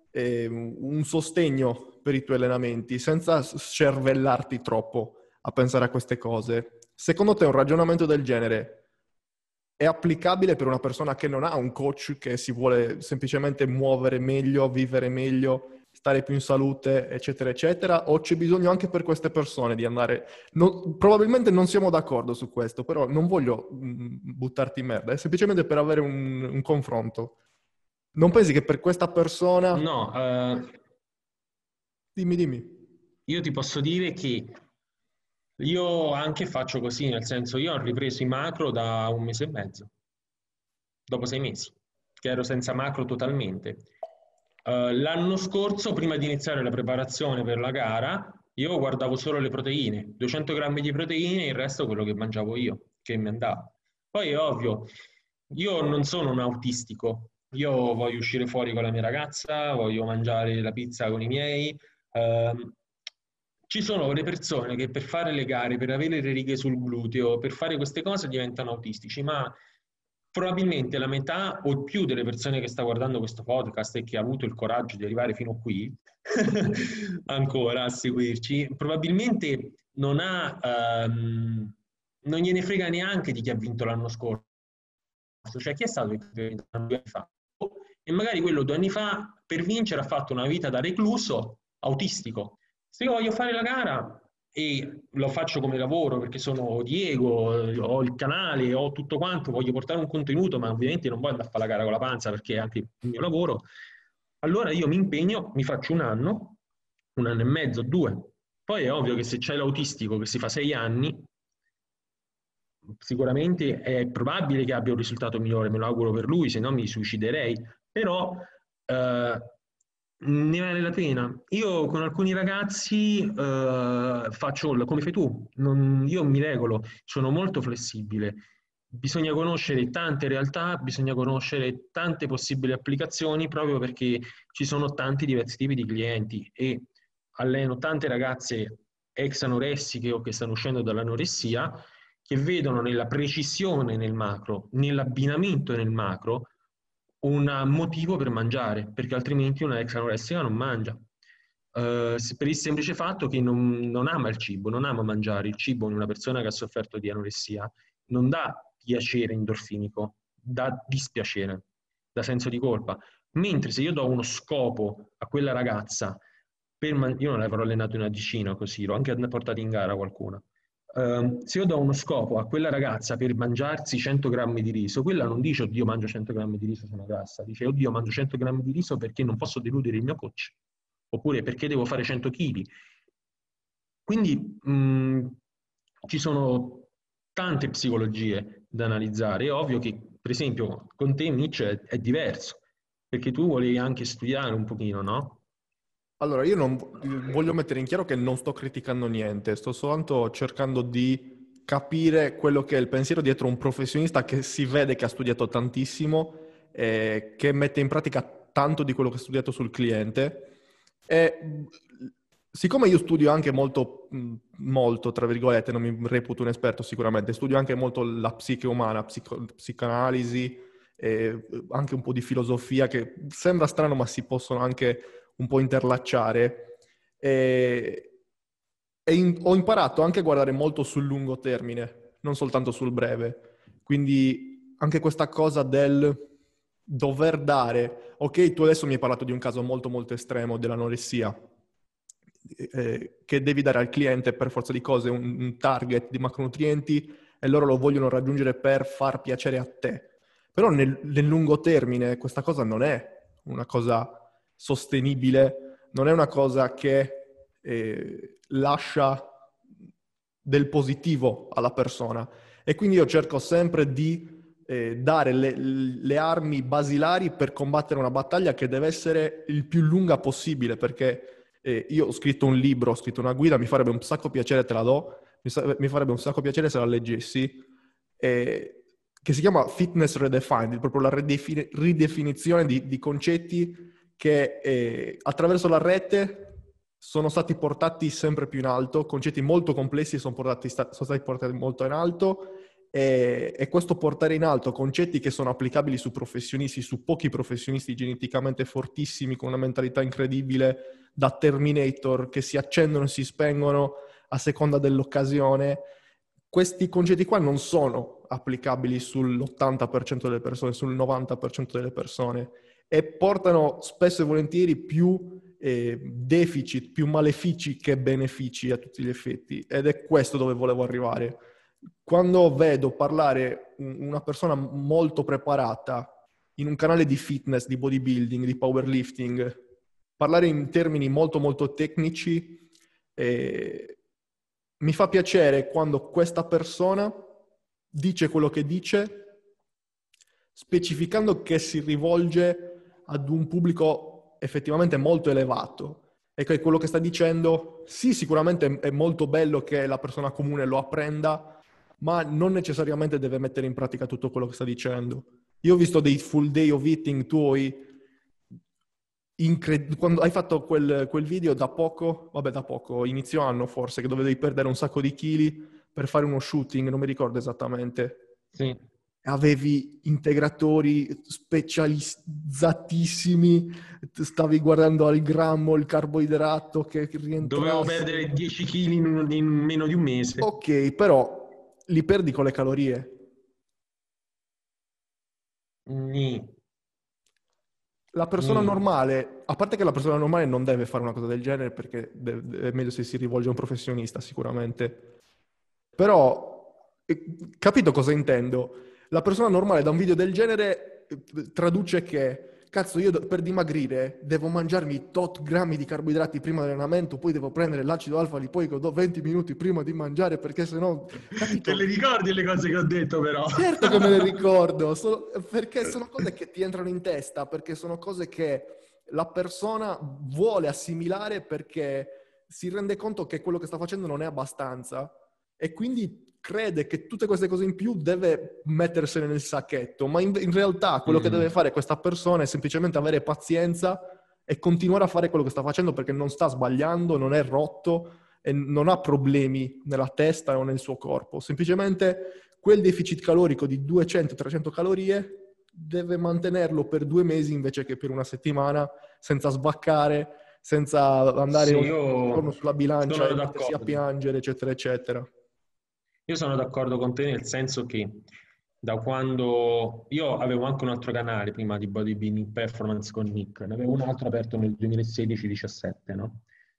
un sostegno per i tuoi allenamenti, senza scervellarti troppo a pensare a queste cose. Secondo te un ragionamento del genere è applicabile per una persona che non ha un coach, che si vuole semplicemente muovere meglio, vivere meglio, stare più in salute, eccetera, eccetera? O c'è bisogno anche per queste persone di andare... probabilmente non siamo d'accordo su questo, però non voglio buttarti in merda, è semplicemente per avere un confronto. Non pensi che per questa persona... no, Dimmi, dimmi. io ti posso dire che io anche faccio così, nel senso io ho ripreso i macro da un mese e mezzo, dopo 6 mesi, che ero senza macro totalmente. L'anno scorso, prima di iniziare la preparazione per la gara, io guardavo solo le proteine, 200 grammi di proteine e il resto quello che mangiavo io, che mi andava. Poi è ovvio, io non sono un autistico, io voglio uscire fuori con la mia ragazza, voglio mangiare la pizza con i miei. ehm, Ci sono le persone che per fare le gare, per avere le righe sul gluteo, per fare queste cose diventano autistici, ma probabilmente la metà o più delle persone che sta guardando questo podcast e che ha avuto il coraggio di arrivare fino qui, ancora a seguirci, probabilmente non gliene frega neanche di chi ha vinto l'anno scorso, cioè chi è stato che ha vinto 2 anni fa? E magari quello 2 anni fa per vincere ha fatto una vita da recluso autistico. Se io voglio fare la gara e lo faccio come lavoro perché sono Diego, ho il canale, ho tutto quanto, voglio portare un contenuto, ma ovviamente non voglio andare a fare la gara con la panza perché è anche il mio lavoro, allora io mi impegno, mi faccio un anno e mezzo, 2. Poi è ovvio che se c'è l'autistico che si fa 6 anni, sicuramente è probabile che abbia un risultato migliore, me lo auguro per lui, se no mi suiciderei, però ne vale la pena. Io con alcuni ragazzi faccio come fai tu, io mi regolo, sono molto flessibile. Bisogna conoscere tante realtà, bisogna conoscere tante possibili applicazioni proprio perché ci sono tanti diversi tipi di clienti e alleno tante ragazze ex anoressiche o che stanno uscendo dall'anoressia che vedono nella precisione nel macro, nell'abbinamento nel macro, un motivo per mangiare, perché altrimenti una ex anoressica non mangia. Per il semplice fatto che non ama il cibo, non ama mangiare. Il cibo in una persona che ha sofferto di anoressia non dà piacere endorfinico, dà dispiacere, dà senso di colpa. Mentre se io do uno scopo a quella ragazza, io non l'avrò allenato in una decina così, l'ho anche portato in gara qualcuno. Se io do uno scopo a quella ragazza per mangiarsi 100 grammi di riso, quella non dice oddio mangio 100 grammi di riso, sono grassa, dice oddio mangio 100 grammi di riso perché non posso deludere il mio coach, oppure perché devo fare 100 kg. Quindi ci sono tante psicologie da analizzare. È ovvio che, per esempio, con te Mitch è diverso, perché tu volevi anche studiare un pochino, no? Allora, io non voglio mettere in chiaro che non sto criticando niente, sto soltanto cercando di capire quello che è il pensiero dietro un professionista che si vede che ha studiato tantissimo e che mette in pratica tanto di quello che ha studiato sul cliente. E siccome io studio anche molto, molto, tra virgolette, non mi reputo un esperto sicuramente, studio anche molto la psiche umana, psicoanalisi, anche un po' di filosofia, che sembra strano, ma si possono anche un po' interlacciare. Ho imparato anche a guardare molto sul lungo termine, non soltanto sul breve. Quindi anche questa cosa del dover dare, ok, tu adesso mi hai parlato di un caso molto molto estremo dell'anoressia, che devi dare al cliente per forza di cose un target di macronutrienti e loro lo vogliono raggiungere per far piacere a te. Però nel lungo termine questa cosa non è una cosa sostenibile, non è una cosa che lascia del positivo alla persona. E quindi io cerco sempre di dare le armi basilari per combattere una battaglia che deve essere il più lunga possibile, perché io ho scritto un libro, ho scritto una guida, mi farebbe un sacco piacere, te la do, mi farebbe un sacco piacere se la leggessi, che si chiama Fitness Redefined, proprio la ridefinizione di concetti che attraverso la rete sono stati portati sempre più in alto, concetti molto complessi sono stati portati molto in alto, e questo portare in alto concetti che sono applicabili su professionisti, su pochi professionisti geneticamente fortissimi, con una mentalità incredibile, da Terminator, che si accendono e si spengono a seconda dell'occasione. Questi concetti qua non sono applicabili sull'80% delle persone, sul 90% delle persone, e portano spesso e volentieri più deficit, più malefici che benefici a tutti gli effetti. Ed è questo dove volevo arrivare. Quando vedo parlare una persona molto preparata in un canale di fitness, di bodybuilding, di powerlifting, parlare in termini molto molto tecnici, mi fa piacere quando questa persona dice quello che dice, specificando che si rivolge ad un pubblico effettivamente molto elevato, e che quello che sta dicendo, sì, sicuramente è molto bello che la persona comune lo apprenda, ma non necessariamente deve mettere in pratica tutto quello che sta dicendo. Io ho visto dei full day of eating tuoi, quando hai fatto quel video da poco, inizio anno forse, che dovevi perdere un sacco di chili per fare uno shooting, non mi ricordo esattamente. Sì. Avevi integratori specializzatissimi, stavi guardando al grammo il carboidrato che Dovevo rientrasse. perdere 10 kg in meno di un mese. Ok, però li perdi con le calorie. Nì. La persona Nì. normale, a parte che la persona normale non deve fare una cosa del genere, perché è meglio se si rivolge a un professionista sicuramente. Però, capito cosa intendo? La persona normale da un video del genere traduce che, cazzo, io per dimagrire devo mangiarmi tot grammi di carboidrati prima dell'allenamento, poi devo prendere l'acido alfa-lipoico 20 minuti prima di mangiare, perché sennò, Te capito? le ricordi le cose che ho detto, però? Certo che me le ricordo, perché sono cose che ti entrano in testa, perché sono cose che la persona vuole assimilare, perché si rende conto che quello che sta facendo non è abbastanza e quindi crede che tutte queste cose in più deve mettersene nel sacchetto, ma in realtà quello che deve fare questa persona è semplicemente avere pazienza e continuare a fare quello che sta facendo, perché non sta sbagliando, non è rotto e non ha problemi nella testa o nel suo corpo, semplicemente quel deficit calorico di 200-300 calorie deve mantenerlo per 2 mesi invece che per una settimana, senza sbaccare, senza andare Sì, ogni giorno io sulla bilancia sono e mettersi a d'accordo. piangere, eccetera, eccetera. Io sono d'accordo con te nel senso che da quando io avevo anche un altro canale prima di Bodybuilding Performance con Nick, ne avevo un altro aperto nel 2016-17, no?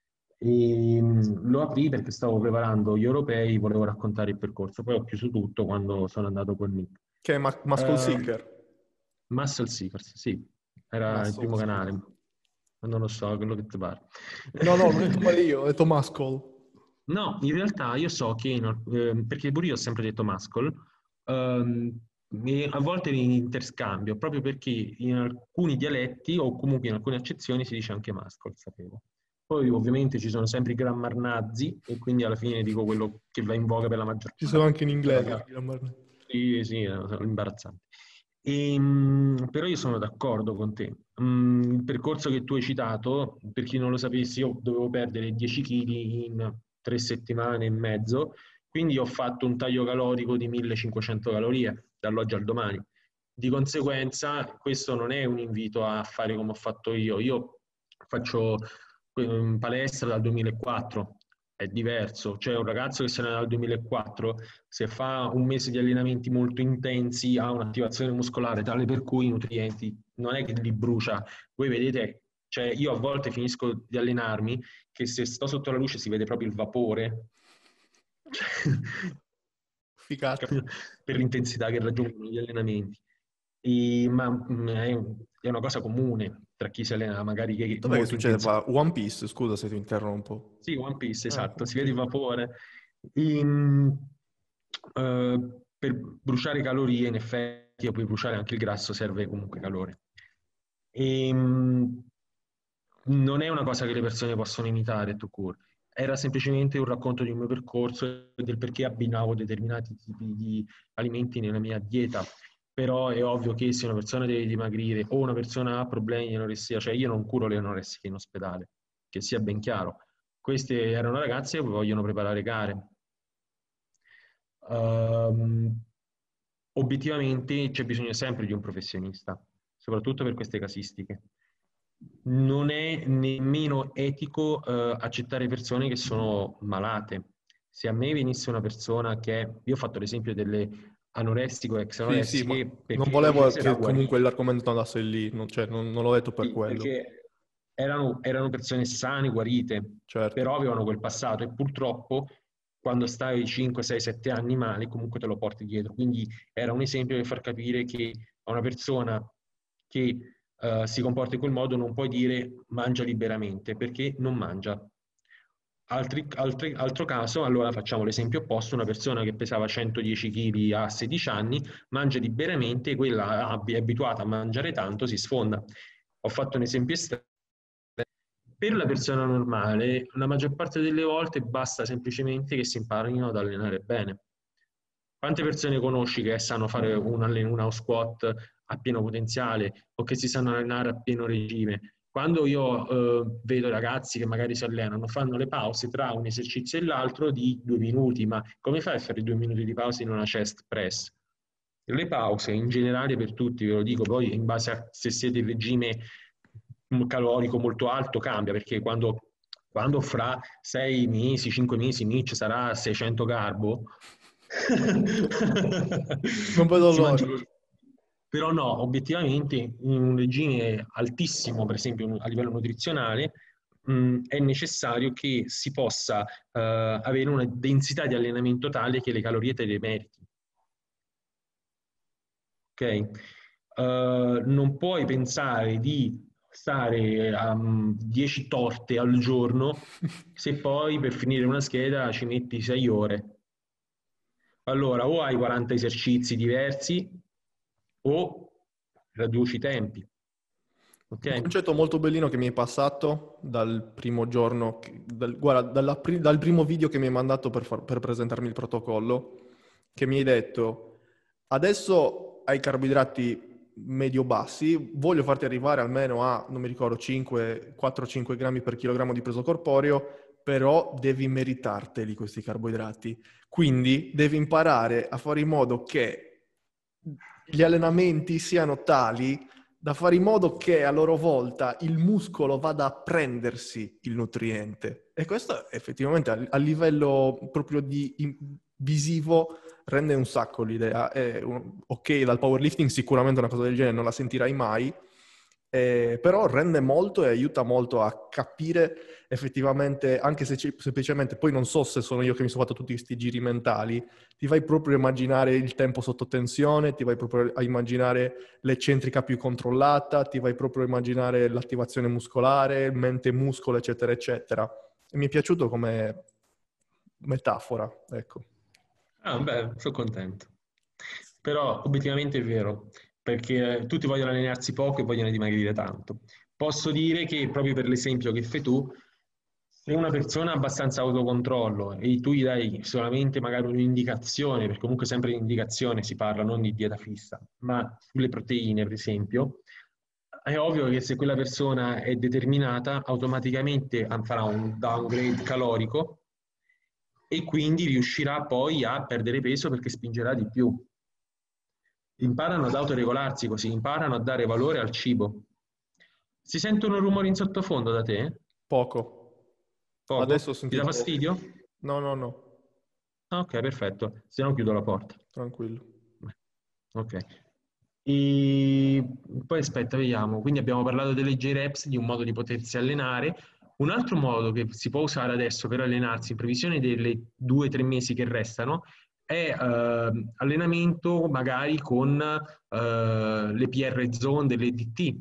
E lo aprì perché stavo preparando gli europei, volevo raccontare il percorso, poi ho chiuso tutto quando sono andato con Nick. Che è Muscle Eh, Seeker. Muscle Seekers, sì, era il Muscle primo Seeker. canale, non lo so, quello che ti pare. No, no, l'ho detto male io, ho detto Muscle. No, in realtà io so che, perché pure io ho sempre detto muscle, ehm, e a volte in interscambio, proprio perché in alcuni dialetti o comunque in alcune accezioni si dice anche muscle, sapevo. Poi ovviamente ci sono sempre i grammar nazi e quindi alla fine dico quello che va in voga per la maggior Ci sono parte. anche in inglese. Sì, sì, sono imbarazzanti. Però io sono d'accordo con te. Il percorso che tu hai citato, per chi non lo sapesse, io dovevo perdere 10 kg in 3 settimane e mezzo, quindi ho fatto un taglio calorico di 1500 calorie dall'oggi al domani. Di conseguenza, questo non è un invito a fare come ho fatto io. Io faccio palestra dal 2004, è diverso. Cioè un ragazzo che se ne dal 2004, se fa un mese di allenamenti molto intensi, ha un'attivazione muscolare tale per cui i nutrienti non è che li brucia. Voi vedete, cioè io a volte finisco di allenarmi che se sto sotto la luce si vede proprio il vapore. Figata. Per l'intensità che raggiungono gli allenamenti. Ma è una cosa comune tra chi si allena magari che Dov'è che molto succede? intensamente. One Piece, scusa se ti interrompo. Sì, One Piece, esatto, si Ok. vede il vapore. In- per bruciare calorie, in effetti, o puoi bruciare anche il grasso, serve comunque calore. Non è una cosa che le persone possono imitare, tout court. Era semplicemente un racconto di un mio percorso e del perché abbinavo determinati tipi di alimenti nella mia dieta. Però è ovvio che se una persona deve dimagrire o una persona ha problemi di anoressia, cioè io non curo le anoressie in ospedale, che sia ben chiaro. Queste erano ragazze che vogliono preparare gare. Um, Obiettivamente c'è bisogno sempre di un professionista, soprattutto per queste casistiche. Non è nemmeno etico accettare persone che sono malate. Se a me venisse una persona che, io ho fatto l'esempio delle anoressiche o ex Sì, sì, ma anoressiche non perché ho volevo prese da che comunque guarire. l'argomento andasse lì, cioè, non l'ho detto per Sì, quello, perché erano persone sane, guarite, certo. però avevano quel passato e purtroppo quando stai 5, 6, 7 anni male comunque te lo porti dietro. Quindi era un esempio per far capire che a una persona che si comporta in quel modo non puoi dire mangia liberamente perché non mangia. Altro caso, allora facciamo l'esempio opposto, una persona che pesava 110 kg a 16 anni mangia liberamente, quella è abituata a mangiare tanto, si sfonda. Ho fatto un esempio estremo. Per la persona normale, la maggior parte delle volte basta semplicemente che si imparino ad allenare bene. Quante persone conosci che sanno fare una squat a pieno potenziale o che si sanno allenare a pieno regime? Quando io vedo ragazzi che magari si allenano, fanno le pause tra un esercizio e l'altro di 2 minuti, ma come fai a fare 2 minuti di pausa in una chest press? Le pause in generale per tutti, ve lo dico, poi in base a se siete in regime calorico molto alto cambia, perché quando fra 6 mesi, 5 mesi Mitch sarà a 600 carbo, Non vedo si l'ora. mangia però no, obiettivamente in un regime altissimo, per esempio a livello nutrizionale, è necessario che si possa avere una densità di allenamento tale che le calorie te le meriti. Ok? Non puoi pensare di stare a 10 torte al giorno se poi per finire una scheda ci metti 6 ore. Allora, o hai 40 esercizi diversi o riduci i tempi. Un Ok? concetto molto bellino che mi è passato dal primo giorno, guarda, dal primo video che mi hai mandato per presentarmi il protocollo, che mi hai detto, adesso hai carboidrati medio-bassi, voglio farti arrivare almeno a, non mi ricordo, 4-5 grammi per chilogrammo di peso corporeo, però devi meritarteli questi carboidrati. Quindi devi imparare a fare in modo che gli allenamenti siano tali da fare in modo che a loro volta il muscolo vada a prendersi il nutriente. E questo effettivamente a livello proprio visivo rende un sacco l'idea. Ok, dal powerlifting sicuramente una cosa del genere non la sentirai mai, però rende molto e aiuta molto a capire effettivamente, anche se semplicemente, poi non so se sono io che mi sono fatto tutti questi giri mentali, ti vai proprio a immaginare il tempo sotto tensione, ti vai proprio a immaginare l'eccentrica più controllata, ti vai proprio a immaginare l'attivazione muscolare, mente-muscolo, eccetera, eccetera. E mi è piaciuto come metafora, ecco. Ah, beh, sono contento. Però obiettivamente è vero, perché tutti vogliono allenarsi poco e vogliono dimagrire tanto. Posso dire che proprio per l'esempio che fai tu, se una persona ha abbastanza autocontrollo e tu gli dai solamente magari un'indicazione, perché comunque sempre di indicazione si parla, non di dieta fissa, ma sulle proteine, per esempio, è ovvio che se quella persona è determinata, automaticamente farà un downgrade calorico e quindi riuscirà poi a perdere peso perché spingerà di più. Imparano ad autoregolarsi così, imparano a dare valore al cibo. Si sentono rumori in sottofondo da te? Poco. Poco? Adesso ho Ti dà sentito... fastidio? No, no, no, Ah, ok, perfetto. Se no chiudo la porta. tranquillo. Ok. E poi aspetta, vediamo. Quindi abbiamo parlato delle J-Reps, di un modo di potersi allenare. Un altro modo che si può usare adesso per allenarsi in previsione delle 2 o 3 mesi che restano è allenamento magari con le PR zone delle DT.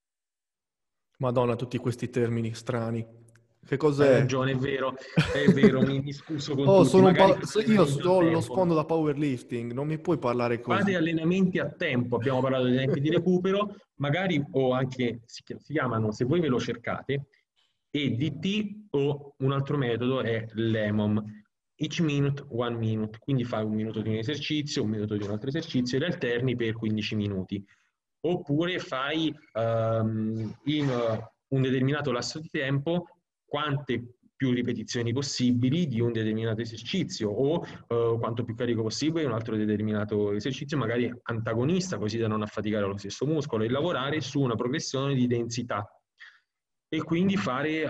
Madonna, tutti questi termini strani. Che Hai cos'è? ragione, è vero, mi scuso con Oh, tutti. sono Magari fate io allenamento a ho lo sfondo tempo. da powerlifting, non mi puoi parlare Fate così. allenamenti a tempo, abbiamo parlato dei tempi di recupero, magari o anche si chiamano, se voi ve lo cercate, EDT o un altro metodo è l'EMOM, each minute, 1 minute, quindi fai 1 minuto di un esercizio, 1 minuto di un altro esercizio e li alterni per 15 minuti. Oppure fai in un determinato lasso di tempo quante più ripetizioni possibili di un determinato esercizio o quanto più carico possibile in un altro determinato esercizio, magari antagonista, così da non affaticare lo stesso muscolo e lavorare su una progressione di densità e quindi fare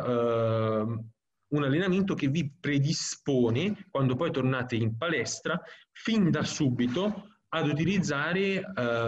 un allenamento che vi predispone, quando poi tornate in palestra, fin da subito ad utilizzare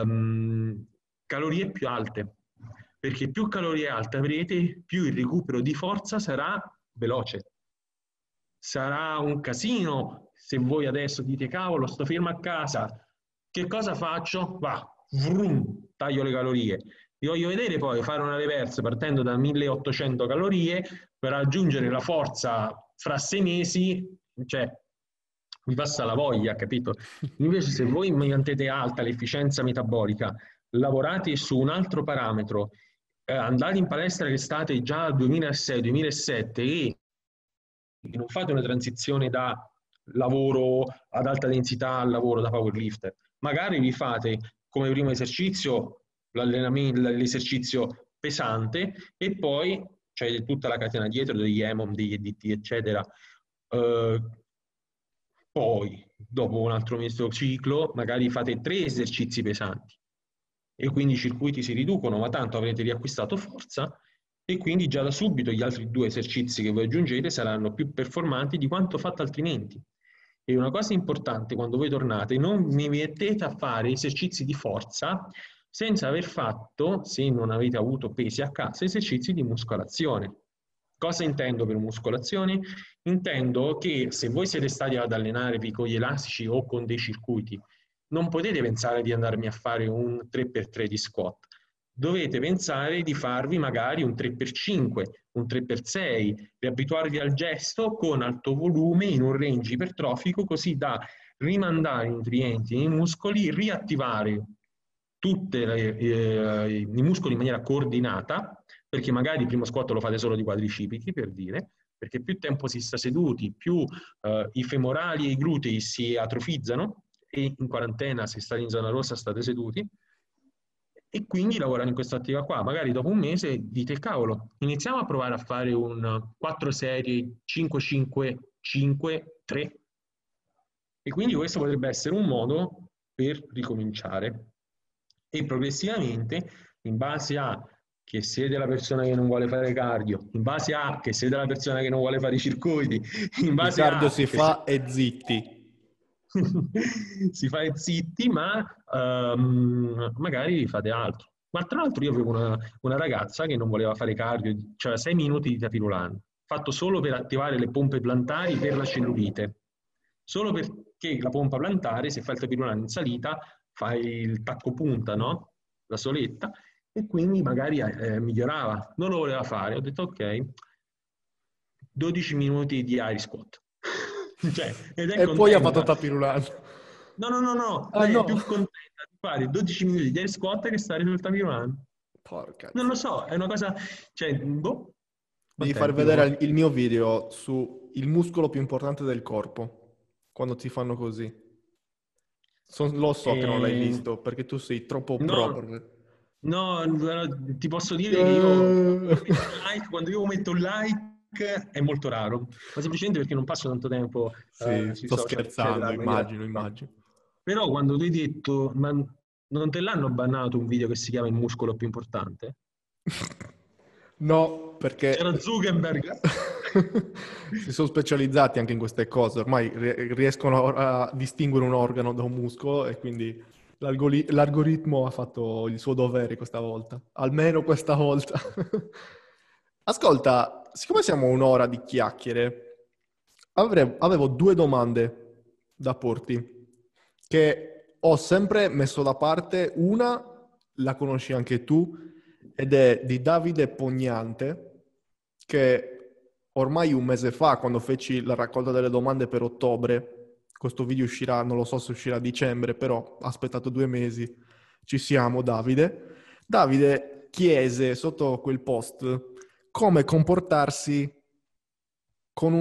calorie più alte, perché più calorie alte avrete, più il recupero di forza sarà veloce. Sarà un casino se voi adesso dite cavolo, sto fermo a casa, che cosa faccio? Va, vrum, taglio le calorie. Vi voglio vedere poi fare una reverse partendo da 1800 calorie per raggiungere la forza fra 6 mesi, cioè mi passa la voglia, capito? Invece se voi mantenete alta l'efficienza metabolica, lavorate su un altro parametro, andate in palestra che state già al 2006-2007 e non fate una transizione da lavoro ad alta densità al lavoro da powerlifter. Magari vi fate come primo esercizio l'esercizio pesante e poi c'è tutta la catena dietro degli EMOM, degli EDT, eccetera. Poi, dopo un altro mese ciclo, magari fate 3 esercizi pesanti e quindi i circuiti si riducono, ma tanto avrete riacquistato forza e quindi già da subito gli altri 2 esercizi che voi aggiungete saranno più performanti di quanto fatto altrimenti. E una cosa importante quando voi tornate, non mi mettete a fare esercizi di forza senza aver fatto, se non avete avuto pesi a casa, esercizi di muscolazione. Cosa intendo per muscolazione? Intendo che se voi siete stati ad allenarvi con gli elastici o con dei circuiti, non potete pensare di andarmi a fare un 3x3 di squat. Dovete pensare di farvi magari un 3x5, un 3x6, di abituarvi al gesto con alto volume in un range ipertrofico così da rimandare i nutrienti nei muscoli, riattivare tutti i muscoli in maniera coordinata, perché magari il primo squat lo fate solo di quadricipiti, per dire, perché più tempo si sta seduti, più i femorali e i glutei si atrofizzano e in quarantena, se state in zona rossa, state seduti, e quindi lavorare in questa ottica qua. Magari dopo un mese dite, cavolo, iniziamo a provare a fare un 4 serie, 5-5-5-3. E quindi questo potrebbe essere un modo per ricominciare. E progressivamente, in base a che siete la persona che non vuole fare cardio, in base a che siete la persona che non vuole fare i circuiti, in Il base cardio a si che siete... fa e zitti. si fa zitti, ma magari fate altro. Ma tra l'altro io avevo una ragazza che non voleva fare cardio, cioè 6 minuti di tapirulan, fatto solo per attivare le pompe plantari per la cellulite. Solo perché la pompa plantare, se fai il tapirulan in salita, fai il tacco punta, no? La soletta, e quindi magari migliorava. Non lo voleva fare. Ho detto ok, 12 minuti di air squat. Cioè, ed è E poi ha fatto contenta. tapirulano. No, no, no, no, Ah lei è no, più contenta di fare 12 minuti di air squat che stare sul tapirulano. porca Non lo zia. so, è una cosa, cioè, boh, Devi vabbè, far dico, vedere il mio video su il muscolo più importante del corpo, quando ti fanno così. Lo so che non l'hai eh, visto, perché tu sei troppo pro per no, me. no, ti posso dire che io, quando io metto un like è molto raro, ma semplicemente perché non passo tanto tempo Sì, sui sto social, eccetera, scherzando, in maniera immagino, attiva. immagino. Però quando tu hai detto, ma non te l'hanno bannato un video che si chiama Il muscolo più importante? No, C'era perché... Zuckerberg. Si sono specializzati anche in queste cose, ormai riescono a distinguere un organo da un muscolo e quindi l'algoritmo ha fatto il suo dovere questa volta, almeno questa volta. Ascolta, siccome siamo un'ora di chiacchiere, avevo due domande da porti che ho sempre messo da parte. Una la conosci anche tu ed è di Davide Pognante, che ormai un mese fa, quando feci la raccolta delle domande per ottobre, questo video uscirà, non lo so se uscirà a dicembre, però ho aspettato 2 mesi, ci siamo, Davide. Davide chiese sotto quel post come comportarsi con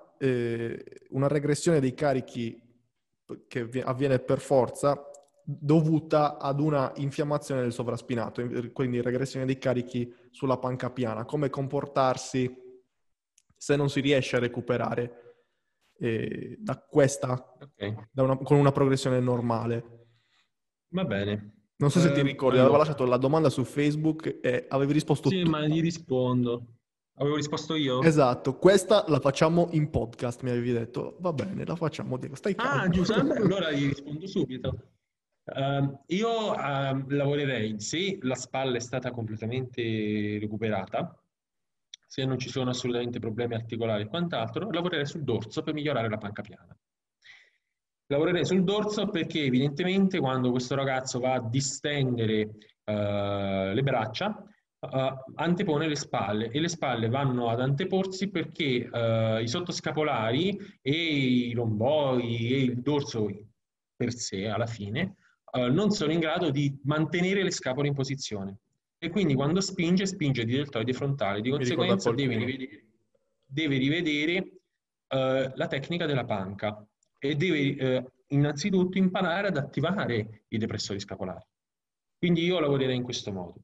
una regressione dei carichi che avviene per forza dovuta ad una infiammazione del sovraspinato, quindi regressione dei carichi sulla panca piana, come comportarsi se non si riesce a recuperare da questa, Ok, con una progressione normale. va bene. Non so se ti ricordi, avevo Allora, lasciato la domanda su Facebook e avevi risposto sì, tu. ma gli rispondo. Avevo risposto io? Esatto, questa la facciamo in podcast, mi avevi detto. Va bene, la facciamo, Diego, stai Ah, calmo. giusto, vabbè, allora gli rispondo subito. Io lavorerei, se la spalla è stata completamente recuperata, se non ci sono assolutamente problemi articolari e quant'altro, lavorerei sul dorso per migliorare la panca piana. Lavorerei sul dorso perché evidentemente quando questo ragazzo va a distendere le braccia, antepone le spalle e le spalle vanno ad anteporsi perché i sottoscapolari e i lomboi e il dorso per sé alla fine non sono in grado di mantenere le scapole in posizione. E quindi quando spinge, spinge di deltoide frontale, di Mi ricorda conseguenza qualcuno. deve rivedere la tecnica della panca e deve innanzitutto imparare ad attivare i depressori scapolari. Quindi io lavorerei in questo modo.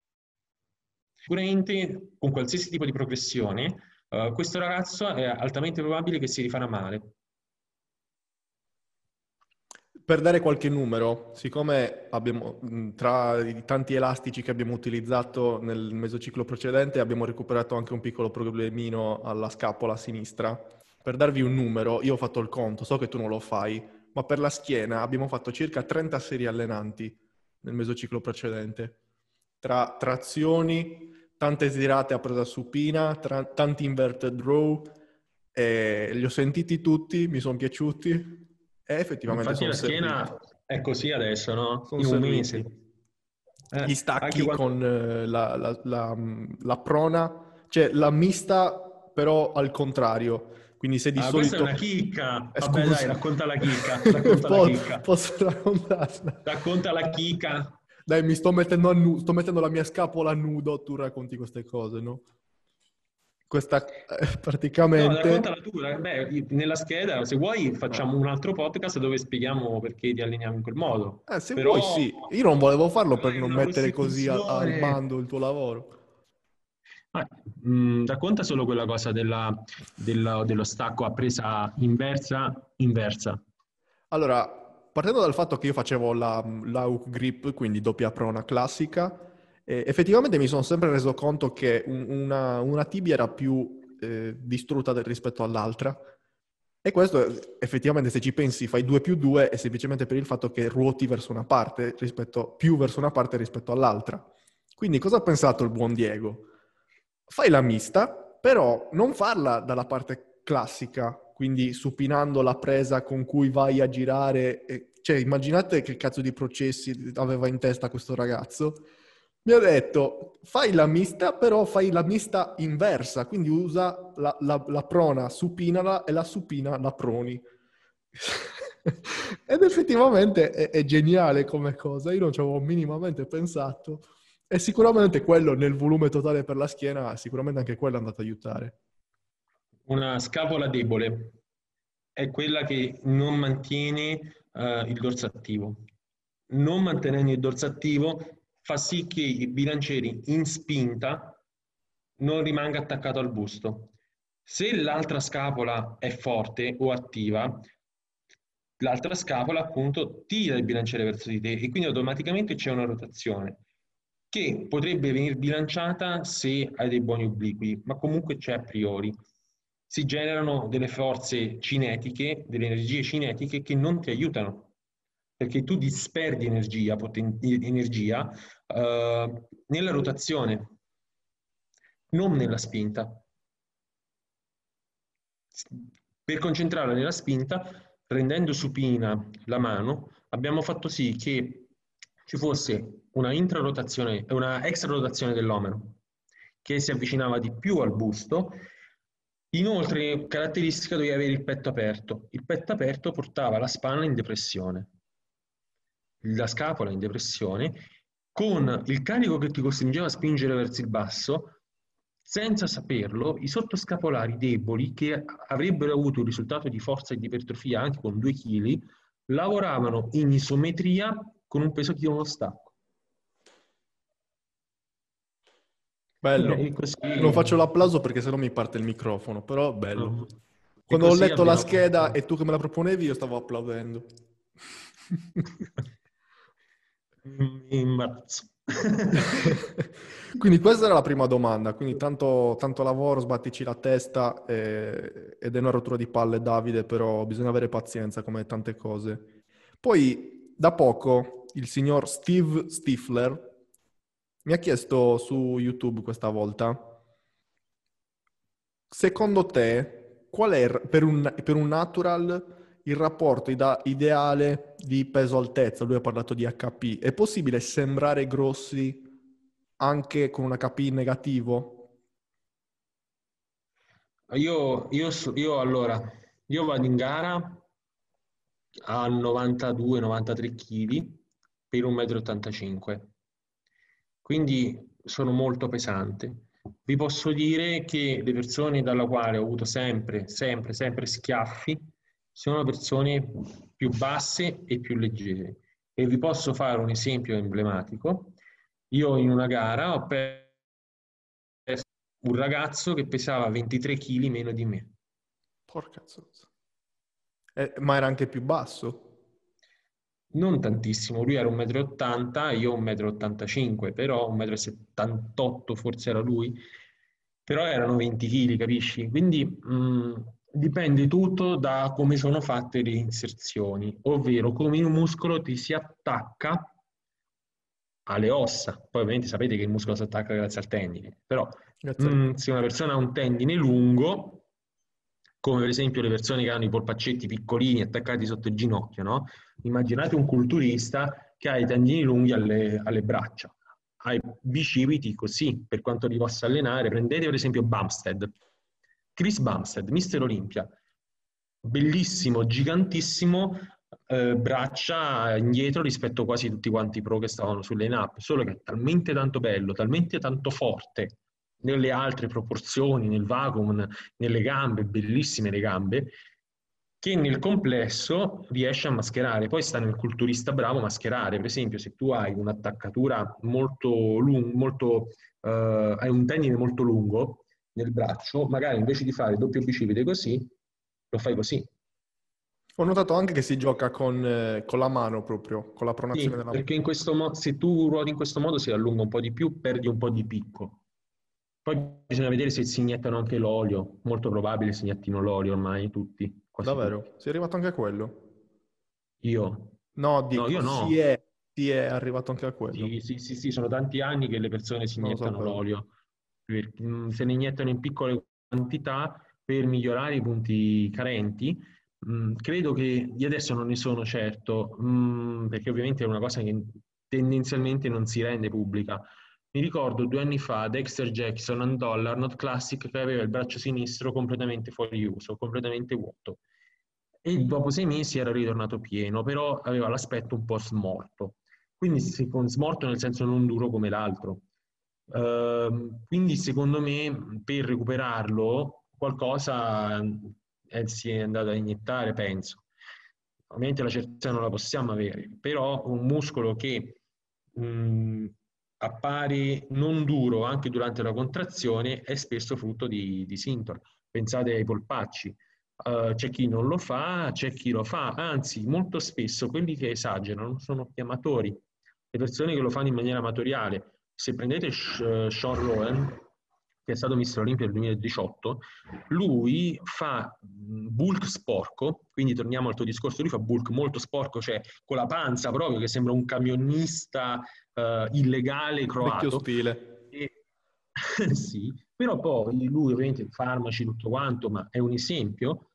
Sicuramente con qualsiasi tipo di progressione, questo ragazzo è altamente probabile che si rifarà male. Per dare qualche numero, siccome abbiamo, tra i tanti elastici che abbiamo utilizzato nel mesociclo precedente, abbiamo recuperato anche un piccolo problemino alla scapola sinistra. Per darvi un numero, io ho fatto il conto, so che tu non lo fai, ma per la schiena abbiamo fatto circa 30 serie allenanti nel mesociclo precedente. Tra trazioni, tante tirate a presa supina, tanti inverted row, e li ho sentiti tutti, mi sono piaciuti e effettivamente Infatti sono la serviti. schiena è così adesso, no? Sono In un serviti. mese. Gli Anche stacchi quando... con la prona, cioè la mista però al contrario. Quindi se di Ah, questa è una solito... chicca. Vabbè, dai, Scusa, racconta la chicca. Racconta la chicca. Posso raccontarla? Racconta la chicca. Dai, mi sto mettendo la mia scapola a nudo, tu racconti queste cose, no? Questa No, praticamente... raccontala tu. Beh, nella scheda, se vuoi, Ah. facciamo un altro podcast dove spieghiamo perché ti alleniamo in quel modo. Se vuoi Però, sì, io non volevo farlo però per è non una mettere così al prostituzione. bando il tuo lavoro. Ah, racconta solo quella cosa dello stacco a presa inversa, inversa. Allora, partendo dal fatto che io facevo la hook grip, quindi doppia prona classica, effettivamente mi sono sempre reso conto che una tibia era più distrutta rispetto all'altra. E questo effettivamente, se ci pensi, fai 2 più 2 è semplicemente per il fatto che ruoti verso una parte, più verso una parte rispetto all'altra. Quindi cosa ha pensato il buon Diego? Fai la mista, però non farla dalla parte classica, quindi supinando la presa con cui vai a girare. Cioè, immaginate che cazzo di processi aveva in testa questo ragazzo. Mi ha detto, fai la mista, però fai la mista inversa, quindi usa la prona, supinala e la supina la proni. Ed effettivamente è geniale come cosa, io non ci avevo minimamente pensato. E sicuramente quello nel volume totale per la schiena, sicuramente anche quello è andato ad aiutare. Una scapola debole è quella che non mantiene il dorso attivo. Non mantenendo il dorso attivo fa sì che il bilanciere in spinta non rimanga attaccato al busto. Se l'altra scapola è forte o attiva, l'altra scapola appunto tira il bilanciere verso di te e quindi automaticamente c'è una rotazione che potrebbe venire bilanciata se hai dei buoni obliqui, ma comunque c'è a priori. si generano delle forze cinetiche, delle energie cinetiche che non ti aiutano, perché tu disperdi energia, energia nella rotazione, non nella spinta. Per concentrarla nella spinta, rendendo supina la mano, abbiamo fatto sì che ci fosse una intrarotazione e una extrarotazione dell'omero che si avvicinava di più al busto. Inoltre, caratteristica, dovevi avere il petto aperto. Il petto aperto portava la spalla in depressione, la scapola in depressione, con il carico che ti costringeva a spingere verso il basso, senza saperlo, i sottoscapolari deboli, che avrebbero avuto un risultato di forza e di ipertrofia anche con 2 kg, lavoravano in isometria con un peso di uno stacco. Bello. Così, Non faccio l'applauso perché sennò mi parte il microfono, però bello. e Quando ho così letto la abbiamo scheda fatto... e tu che me la proponevi, io stavo applaudendo. Mi imbarazzo. Quindi questa era la prima domanda, quindi tanto, tanto lavoro, sbattici la testa ed è una rottura di palle, Davide, però bisogna avere pazienza come tante cose. Poi da poco il signor Steve Stifler mi ha chiesto su YouTube questa volta, secondo te qual è per un natural il rapporto ideale di peso-altezza? Lui ha parlato di HP. È possibile sembrare grossi anche con un HP negativo? Io vado in gara a 92-93 kg per 1,85 m, quindi sono molto pesante. Vi posso dire che le persone dalla quale ho avuto sempre, sempre, sempre schiaffi sono persone più basse e più leggere. E vi posso fare un esempio emblematico. Io in una gara ho perso un ragazzo che pesava 23 kg meno di me. Porca zozza. Ma era anche più basso? Non tantissimo, lui era 1,80 m, io 1,85 m, però 1,78 m forse era lui, però erano 20 kg, capisci? Quindi dipende tutto da come sono fatte le inserzioni, ovvero come il muscolo ti si attacca alle ossa. Poi ovviamente sapete che il muscolo si attacca grazie al tendine, però Grazie al... se una persona ha un tendine lungo, come per esempio le persone che hanno i polpaccetti piccolini attaccati sotto il ginocchio, no? Immaginate un culturista che ha i tendini lunghi alle braccia, ha i bicipiti così, per quanto li possa allenare. Prendete per esempio Bumstead, Chris Bumstead, Mister Olympia, bellissimo, gigantissimo, braccia indietro rispetto a quasi tutti quanti i pro che stavano sulle line-up, solo che è talmente tanto bello, talmente tanto forte nelle altre proporzioni, nel vacuum, nelle gambe, bellissime le gambe, che nel complesso riesce a mascherare. Poi sta nel culturista bravo mascherare. Per esempio, se tu hai un'attaccatura molto lunga, hai un tendine molto lungo nel braccio, magari invece di fare doppio bicipite così, lo fai così. Ho notato anche che si gioca con la mano proprio, con la pronazione Sì, della mano. perché in questo se tu ruoti in questo modo si allunga un po' di più, perdi un po' di picco. Poi bisogna vedere se si iniettano anche l'olio, molto probabile si iniettino l'olio ormai tutti, quasi tutti. Davvero? Sei arrivato anche a quello? Io? No, No, dico, io no. si è arrivato anche a quello. Sì, sì, sì, sì, sono tanti anni che le persone si Non lo iniettano sapevo. l'olio, se ne iniettano in piccole quantità per migliorare i punti carenti. Credo che di adesso non ne sono certo, perché ovviamente è una cosa che tendenzialmente non si rende pubblica. Mi ricordo 2 anni fa Dexter Jackson andò all'Arnold Classic che aveva il braccio sinistro completamente fuori uso, completamente vuoto. E dopo 6 mesi era ritornato pieno, però aveva l'aspetto un po' smorto. Quindi con smorto nel senso non duro come l'altro. Quindi secondo me per recuperarlo qualcosa si è andato a iniettare, penso. Ovviamente la certezza non la possiamo avere, però un muscolo che appare non duro anche durante la contrazione è spesso frutto di sintomi. Pensate ai polpacci. C'è chi non lo fa, c'è chi lo fa, anzi molto spesso quelli che esagerano sono gli amatori, le persone che lo fanno in maniera amatoriale. Se prendete Sean Rowan, che è stato Mister Olimpia nel 2018, lui fa bulk sporco, quindi torniamo al tuo discorso, lui fa bulk molto sporco, cioè con la panza proprio, che sembra un camionista illegale Vecchio croato. stile. E, sì, però poi lui ovviamente farmaci, tutto quanto, ma è un esempio,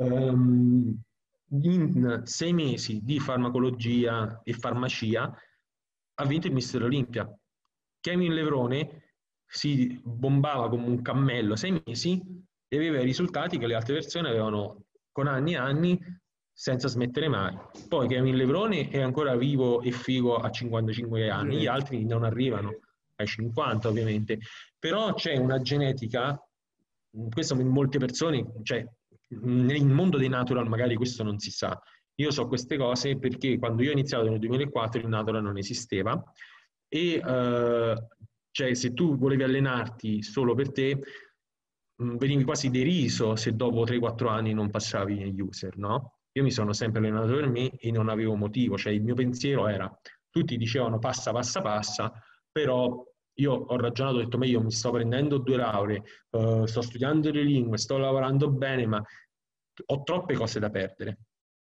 in 6 mesi di farmacologia e farmacia ha vinto il Mister Olimpia. Kevin Levrone si bombava come un cammello 6 mesi e aveva i risultati che le altre persone avevano con anni e anni senza smettere mai. Poi Kevin Levrone è ancora vivo e figo a 55 anni, gli altri non arrivano ai 50 ovviamente, però c'è una genetica, questo molte persone, cioè nel mondo dei natural magari questo non si sa. Io so queste cose perché quando io ho iniziato nel 2004 il natural non esisteva e cioè se tu volevi allenarti solo per te venivi quasi deriso se dopo 3-4 anni non passavi negli user, no? Io mi sono sempre allenato per me e non avevo motivo, cioè il mio pensiero era, tutti dicevano passa, passa, passa, però io ho ragionato, ho detto, ma io mi sto prendendo 2 lauree, sto studiando le lingue, sto lavorando bene, ma ho troppe cose da perdere.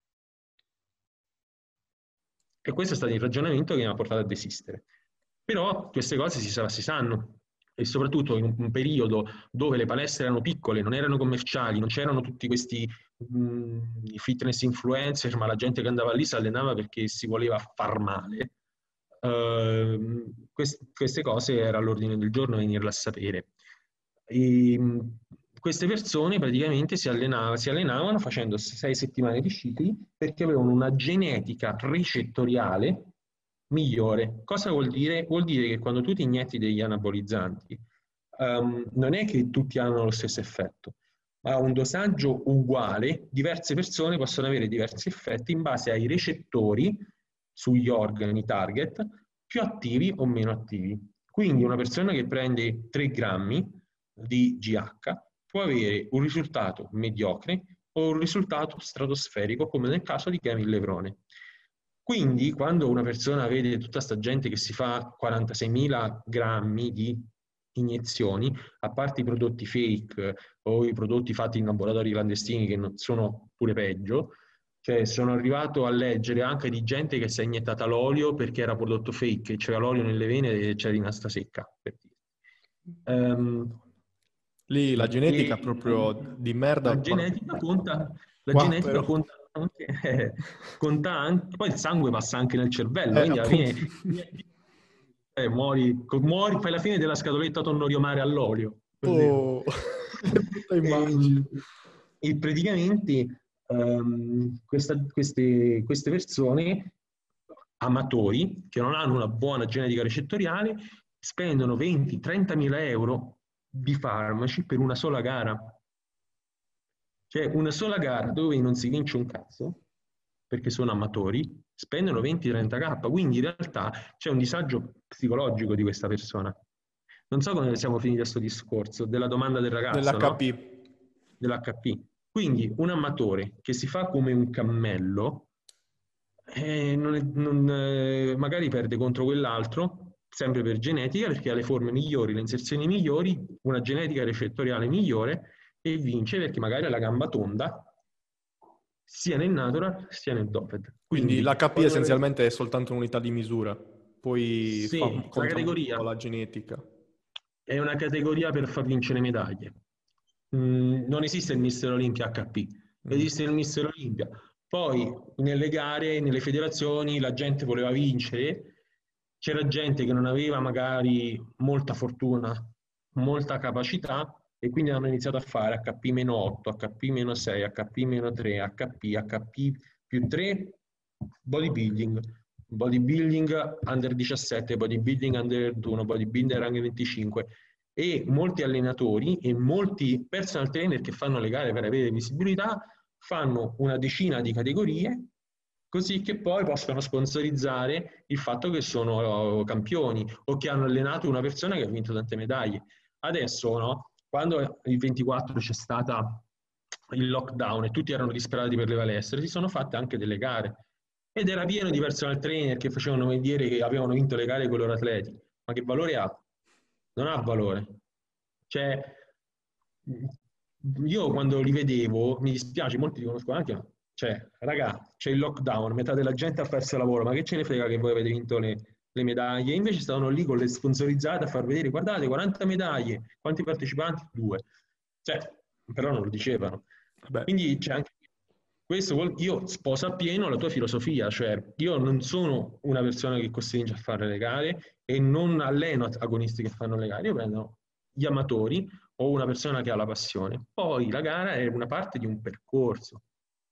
E questo è stato il ragionamento che mi ha portato a desistere. Però queste cose si sanno, e soprattutto in un periodo dove le palestre erano piccole, non erano commerciali, non c'erano tutti questi fitness influencer, ma la gente che andava lì si allenava perché si voleva far male. Queste cose era all'ordine del giorno venirle a sapere. E, queste persone praticamente si allenavano facendo 6 settimane di cicli perché avevano una genetica ricettoriale migliore. Cosa vuol dire? Vuol dire che quando tu ti inietti degli anabolizzanti, non è che tutti hanno lo stesso effetto, ma a un dosaggio uguale, diverse persone possono avere diversi effetti in base ai recettori sugli organi target più attivi o meno attivi. Quindi una persona che prende 3 grammi di GH può avere un risultato mediocre o un risultato stratosferico, come nel caso di Kevin Levrone. Quindi, quando una persona vede tutta questa gente che si fa 46.000 grammi di iniezioni, a parte i prodotti fake o i prodotti fatti in laboratori clandestini che non sono pure peggio, cioè sono arrivato a leggere anche di gente che si è iniettata l'olio perché era prodotto fake, c'era l'olio nelle vene e c'era rimasta secca. Per dire. Lì la Sì, genetica proprio di merda. la genetica conta, la Qua genetica però. conta anche, poi il sangue passa anche nel cervello, quindi alla Appunto. fine muori, fai la fine della scatoletta tonno riomare all'olio. Così. Oh, che brutta immagine. E praticamente queste persone, amatori, che non hanno una buona genetica recettoriale, spendono 20-30 mila euro di farmaci per una sola gara. Cioè una sola gara dove non si vince un cazzo, perché sono amatori, spendono 20-30k, quindi in realtà c'è un disagio psicologico di questa persona. Non so come siamo finiti a questo discorso, della domanda del ragazzo, no? Dell'HP. Dell'HP. Quindi un amatore che si fa come un cammello, magari perde contro quell'altro, sempre per genetica, perché ha le forme migliori, le inserzioni migliori, una genetica recettoriale migliore, e vince perché magari ha la gamba tonda, sia nel natural sia nel doped. Quindi Quindi, l'HP essenzialmente è soltanto un'unità di misura, poi sì, la conta categoria molto la genetica. è una categoria per far vincere medaglie. Non esiste il Mister Olimpia HP, esiste il Mister Olimpia. Poi nelle gare, nelle federazioni, la gente voleva vincere, c'era gente che non aveva magari molta fortuna, molta capacità, e quindi hanno iniziato a fare HP-8, HP-6, HP-3, HP più 3, bodybuilding under 17, bodybuilding under 21, bodybuilder under 25, e molti allenatori e molti personal trainer che fanno le gare per avere visibilità fanno una decina di categorie così che poi possono sponsorizzare il fatto che sono campioni o che hanno allenato una persona che ha vinto tante medaglie. Adesso, no, quando il 24 c'è stata il lockdown e tutti erano disperati per le palestre, si sono fatte anche delle gare ed era pieno di personal trainer che facevano vedere che avevano vinto le gare con i loro atleti. Ma che valore ha? Non ha valore. Cioè, io quando li vedevo, mi dispiace, molti li conosco anche, ma cioè, raga, c'è il lockdown, metà della gente ha perso il lavoro, ma che ce ne frega che voi avete vinto le medaglie? Invece stavano lì con le sponsorizzate a far vedere, guardate, 40 medaglie, quanti partecipanti? 2. Cioè, però non lo dicevano. Vabbè. Quindi c'è anche questo, io sposo appieno la tua filosofia, cioè io non sono una persona che costringe a fare le gare e non alleno agonisti che fanno le gare, io prendo gli amatori o una persona che ha la passione. Poi la gara è una parte di un percorso,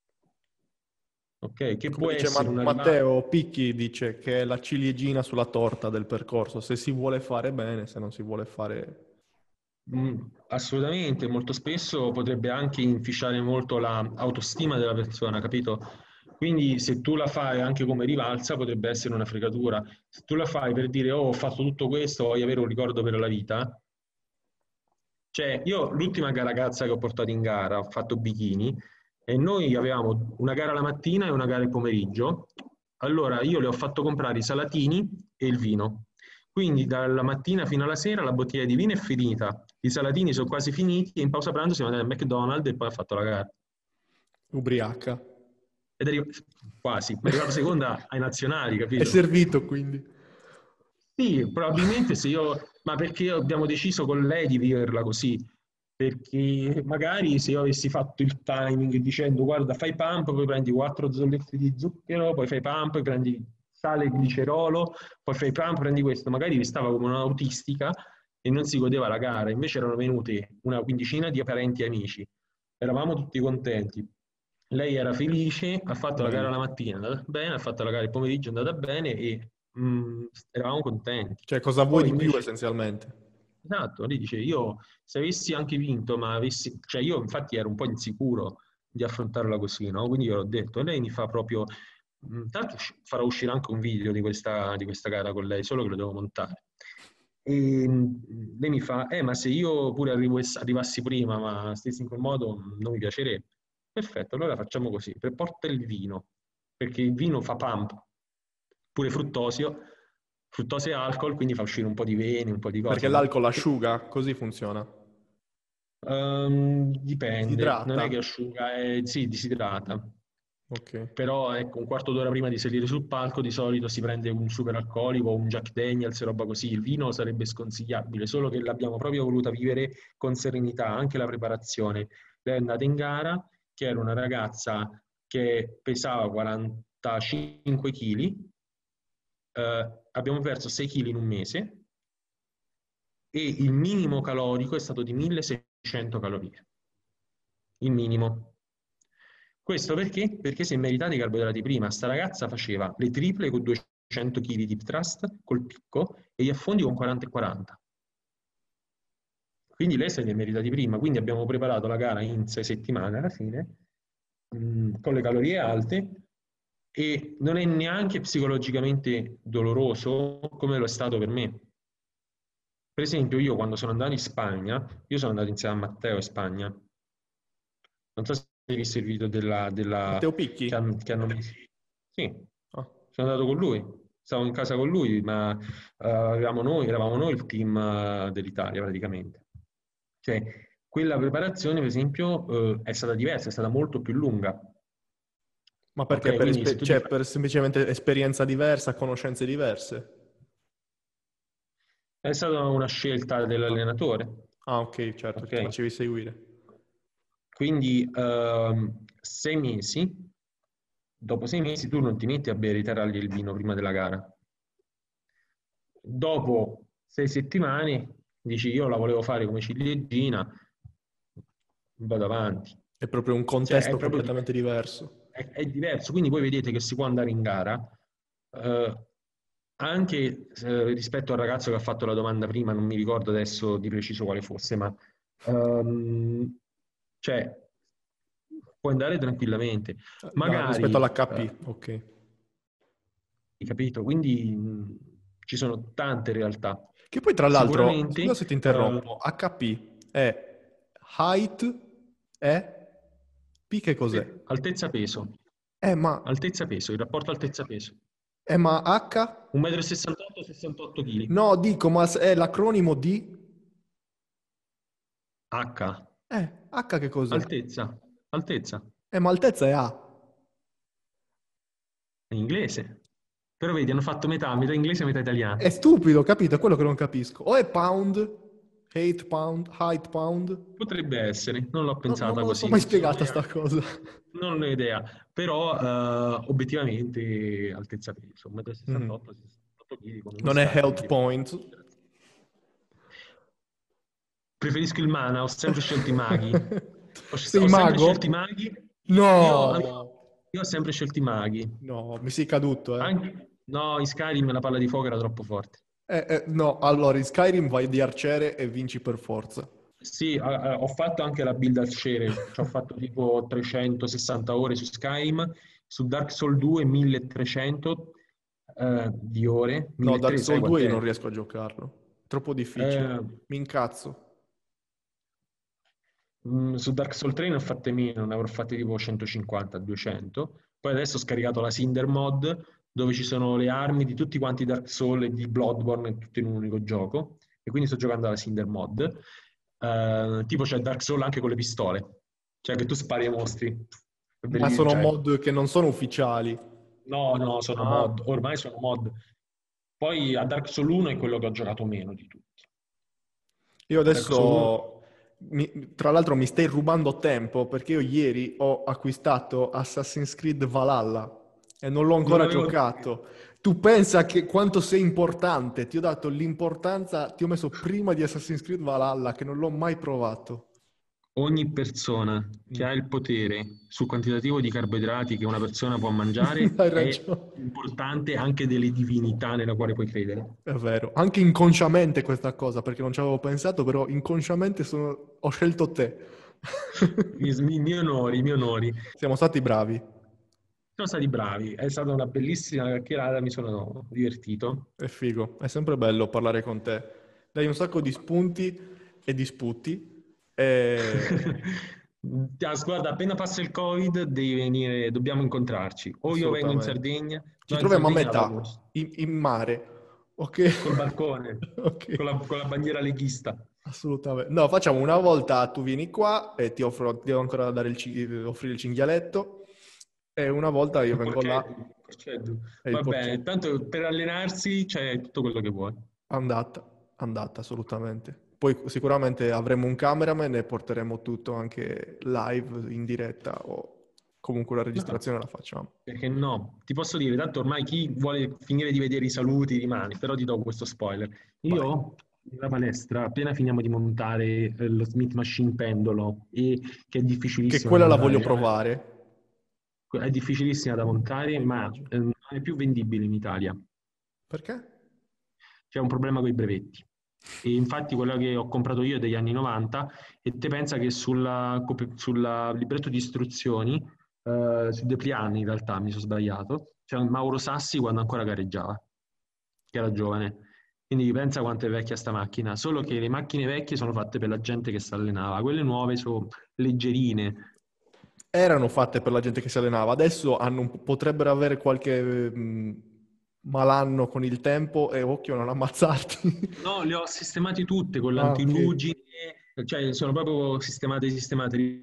ok? Che Come può dice essere una rimasta. Matteo Picchi, dice che è la ciliegina sulla torta del percorso, se si vuole fare bene, se non si vuole fare... Assolutamente, molto spesso potrebbe anche inficiare molto l'autostima della persona, capito? Quindi se tu la fai anche come rivalsa potrebbe essere una fregatura. Se tu la fai per dire oh, ho fatto tutto questo, voglio avere un ricordo per la vita. Cioè, io l'ultima ragazza che ho portato in gara, ho fatto bikini e noi avevamo una gara la mattina e una gara il pomeriggio. Allora io le ho fatto comprare i salatini e il vino. Quindi dalla mattina fino alla sera la bottiglia di vino è finita, i salatini sono quasi finiti e in pausa pranzo siamo andati al McDonald's e poi ha fatto la gara. Ubriaca. Ed è quasi, ma è arrivato seconda ai nazionali, È capito? servito, quindi. Sì, probabilmente se io, ma perché abbiamo deciso con lei di viverla così? Perché magari se io avessi fatto il timing dicendo guarda fai pump, poi prendi 4 zolletti di zucchero, poi fai pump, poi prendi sale e glicerolo, poi fai pump, prendi questo, magari stava come un'autistica e non si godeva la gara, invece erano venute una quindicina di parenti e amici, eravamo tutti contenti. Lei era felice, ha fatto la gara Bello. la mattina, è andata bene, ha fatto la gara il pomeriggio, è andata bene e eravamo contenti. Cioè, cosa vuoi Poi di più invece, essenzialmente? esatto, lei dice, io se avessi anche vinto, ma avessi, cioè io infatti ero un po' insicuro di affrontarla così, no? Quindi io l'ho detto, e lei mi fa proprio, tra l'altro farò uscire anche un video di questa gara con lei, solo che lo devo montare. E lei mi fa, ma se io pure arrivassi prima, ma stessi in quel modo, non mi piacerebbe. Perfetto, allora facciamo così, porta il vino, perché il vino fa pump, pure fruttosio, fruttosio e alcol, quindi fa uscire un po' di veni, un po' di Perché cose, no? l'alcol asciuga, così funziona. Si Dipende, non è che idrata. asciuga, sì, disidrata. Ok. Però ecco, un quarto d'ora prima di salire sul palco di solito si prende un super alcolico, un Jack Daniels, roba così. Il vino sarebbe sconsigliabile, solo che l'abbiamo proprio voluta vivere con serenità, anche la preparazione. Lei è andata in gara, che era una ragazza che pesava 45 kg, abbiamo perso 6 kg in un mese e il minimo calorico è stato di 1600 calorie. Il minimo. Questo perché? Perché si è meritata i carboidrati prima. Sta ragazza faceva le triple con 200 kg di thrust col picco e gli affondi con 40 e 40. Quindi lei se li è meritati prima. Quindi abbiamo preparato la gara in 6 settimane alla fine, con le calorie alte e non è neanche psicologicamente doloroso come lo è stato per me. Per esempio, io quando sono andato in Spagna, io sono andato insieme a Matteo in Spagna. Non so se hai visto il video Matteo che Picchi? hanno messo. Sì, Ah. sono andato con lui, stavo in casa con lui, ma eravamo noi il team dell'Italia praticamente. Cioè, quella preparazione, per esempio, è stata diversa, è stata molto più lunga. Ma perché? Ok, quindi se tu ti Cioè, fai. per semplicemente esperienza diversa, conoscenze diverse? È stata una scelta Ah, dell'allenatore, ah, ok, certo, che ti ok? facevi seguire. Quindi 6 mesi, dopo 6 mesi tu non ti metti a bere i taralli e il vino prima della gara. Dopo 6 settimane dici io la volevo fare come ciliegina, vado avanti. È proprio un Cioè è contesto proprio completamente diverso. è diverso, quindi voi vedete che si può andare in gara eh, anche rispetto al ragazzo che ha fatto la domanda prima, non mi ricordo adesso di preciso quale fosse, ma ehm, cioè puoi andare tranquillamente. Rispetto Magari, all'HP, ok. capito? Quindi ci sono tante realtà. Che poi tra l'altro, scusa Sicuramente se ti interrompo, HP è height, è P che cos'è? altezza peso, Ma, altezza peso, il rapporto altezza peso. ma H? 1,68 m, 68 kg. No, dico, ma è l'acronimo di... H. H che cos'è? Altezza. Altezza. Ma altezza è A. È inglese. Però vedi, hanno fatto metà inglese e metà È italiano. stupido, capito? È quello che non capisco. O è pound, height pound. Potrebbe essere, non l'ho Non pensata me la sono così, mai non sono spiegata sta neanche... cosa. Non ne ho idea, però obiettivamente altezza peso, Mm. 1,68 m, 68 kg con uno Non è scarto di health 10. point. Preferisco il mana, ho sempre scelto i maghi. Sei Ho sempre scelto i mago? maghi. Io, No. io ho sempre scelto i maghi. No, mi sei caduto, eh. No, in Skyrim la palla di fuoco era troppo forte. No, allora in Skyrim vai di arciere e vinci per forza. Sì, ho fatto anche la build arciere, ci ho fatto tipo 360 ore su Skyrim, su Dark Souls 2 1300 di ore, No, Dark 1300 sai Souls 2 io quant'è? non riesco a giocarlo. Troppo difficile. Eh, Mi incazzo. Su Dark Souls 3 ne ho fatte meno, ne avrò fatte tipo 150-200. Poi adesso ho scaricato la Cinder mod, dove ci sono le armi di tutti quanti i Dark Souls e di Bloodborne, tutto in un unico gioco. E quindi sto giocando alla Cinder mod. Tipo c'è Dark Souls anche con le pistole, cioè che tu spari ai mostri. È Ma sono cioè, mod che non sono ufficiali. no, no, sono Ah. mod, ormai sono mod. Poi a Dark Souls 1 è quello che ho giocato meno di tutti. Io Dark Souls 1 adesso, tra l'altro mi stai rubando tempo perché io ieri ho acquistato Assassin's Creed Valhalla e non l'ho non ancora l'avevo... giocato. Tu pensa che quanto sei importante? Ti ho dato l'importanza, ti ho messo prima di Assassin's Creed Valhalla che non l'ho mai provato. Ogni persona che Mm. ha il potere sul quantitativo di carboidrati che una persona può mangiare Hai è ragione. importante anche delle divinità nella quale puoi credere. È vero, anche inconsciamente questa cosa, perché non ci avevo pensato, però inconsciamente ho scelto te. I miei onori, i miei onori. Siamo stati bravi, Sono stati bravi, è stata una bellissima chiacchierata, mi sono divertito. è figo, è sempre bello parlare con te. Dai un sacco di spunti e di sputi. E... Guarda, appena passa il Covid, devi venire, dobbiamo incontrarci. O io vengo in Assolutamente. Sardegna, Ci no, in troviamo a Sardegna ad agosto, metà, in mare. Ok? col balcone, Ok. con la bandiera leghista. Assolutamente. No, facciamo una volta tu vieni qua e ti devo ancora dare offrire il cinghialetto e una volta io Il vengo là porcheddu, porceddu. e il Va bene, porchetto. tanto per allenarsi c'è tutto quello che vuoi. Andata, assolutamente. Poi sicuramente avremo un cameraman e porteremo tutto anche live in diretta o comunque la No, registrazione la facciamo. perché no? Ti posso dire, tanto ormai chi vuole finire di vedere i saluti rimane, però ti do questo spoiler. Vai. Io nella palestra, appena finiamo di montare lo Smith Machine pendolo, e che è Che difficilissimo da quella la voglio montare, provare. è difficilissima da montare, ma Immagino. non è più vendibile in Italia. Perché? C'è un problema con i brevetti. E infatti quella che ho comprato io è degli anni 90 e te pensa che sulla libretto di istruzioni, su Deplian in realtà mi sono sbagliato, c'è un Mauro Sassi quando ancora gareggiava, che era giovane. Quindi pensa quanto è vecchia sta macchina, solo che le macchine vecchie sono fatte per la gente che si allenava, quelle nuove sono leggerine. Erano fatte per la gente che si allenava, adesso potrebbero avere qualche malanno con il tempo e occhio a non ammazzarti. No, le ho sistemate tutte con Ah, ok. l'antirugine, cioè sono proprio sistemate.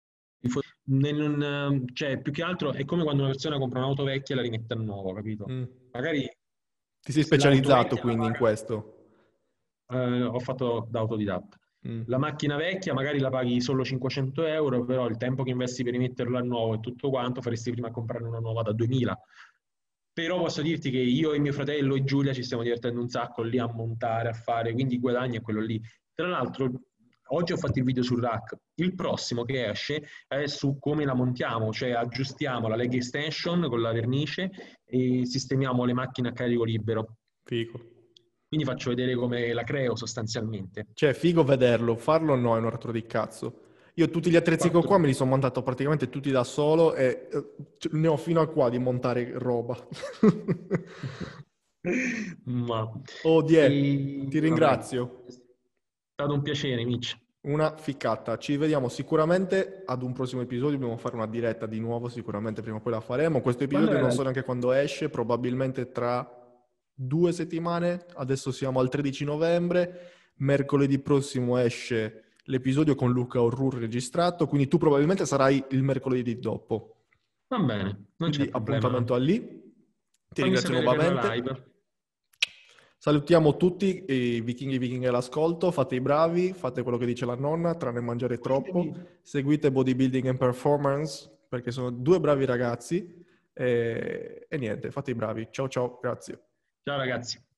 Cioè, più che altro è come quando una persona compra un'auto vecchia e la rimette a nuovo, capito? Mm. Magari Ti sei l'auto specializzato vecchia la quindi in paga, questo. ho fatto da autodidatta. Mm. La macchina vecchia magari la paghi solo 500 euro, però il tempo che investi per rimetterla a nuovo e tutto quanto faresti prima a comprare una nuova da 2000. Però posso dirti che io e mio fratello e Giulia ci stiamo divertendo un sacco lì a montare, a fare, quindi il guadagno è quello lì. Tra l'altro, oggi ho fatto il video sul rack, il prossimo che esce è su come la montiamo, cioè aggiustiamo la leg extension con la vernice e sistemiamo le macchine a carico libero. Figo. Quindi faccio vedere come la creo sostanzialmente. Cioè, figo vederlo, farlo no è un altro di cazzo. Io tutti gli attrezzi che ho qua Quattro. me li sono montato praticamente tutti da solo e ne ho fino a qua di montare roba. Ma Oh, ti vabbè, ringrazio. è stato un piacere, Mitch. Una ficcata. Ci vediamo sicuramente ad un prossimo episodio. Dobbiamo fare una diretta di nuovo, sicuramente prima o poi la faremo. Questo Quando episodio non era so il... neanche quando esce, probabilmente tra 2 settimane. Adesso siamo al 13 novembre. Mercoledì prossimo esce l'episodio con Luca Orrur registrato, quindi tu probabilmente sarai il mercoledì dopo. Va bene, non Quindi c'è problema. appuntamento a lì. Ti Fammi ringrazio sapere per la nuovamente. live. Salutiamo tutti i vichinghi e vichinghe all'ascolto, fate i bravi, fate quello che dice la nonna, tranne mangiare troppo, seguite Bodybuilding and Performance, perché sono due bravi ragazzi, e niente, fate i bravi. Ciao ciao, grazie. Ciao ragazzi.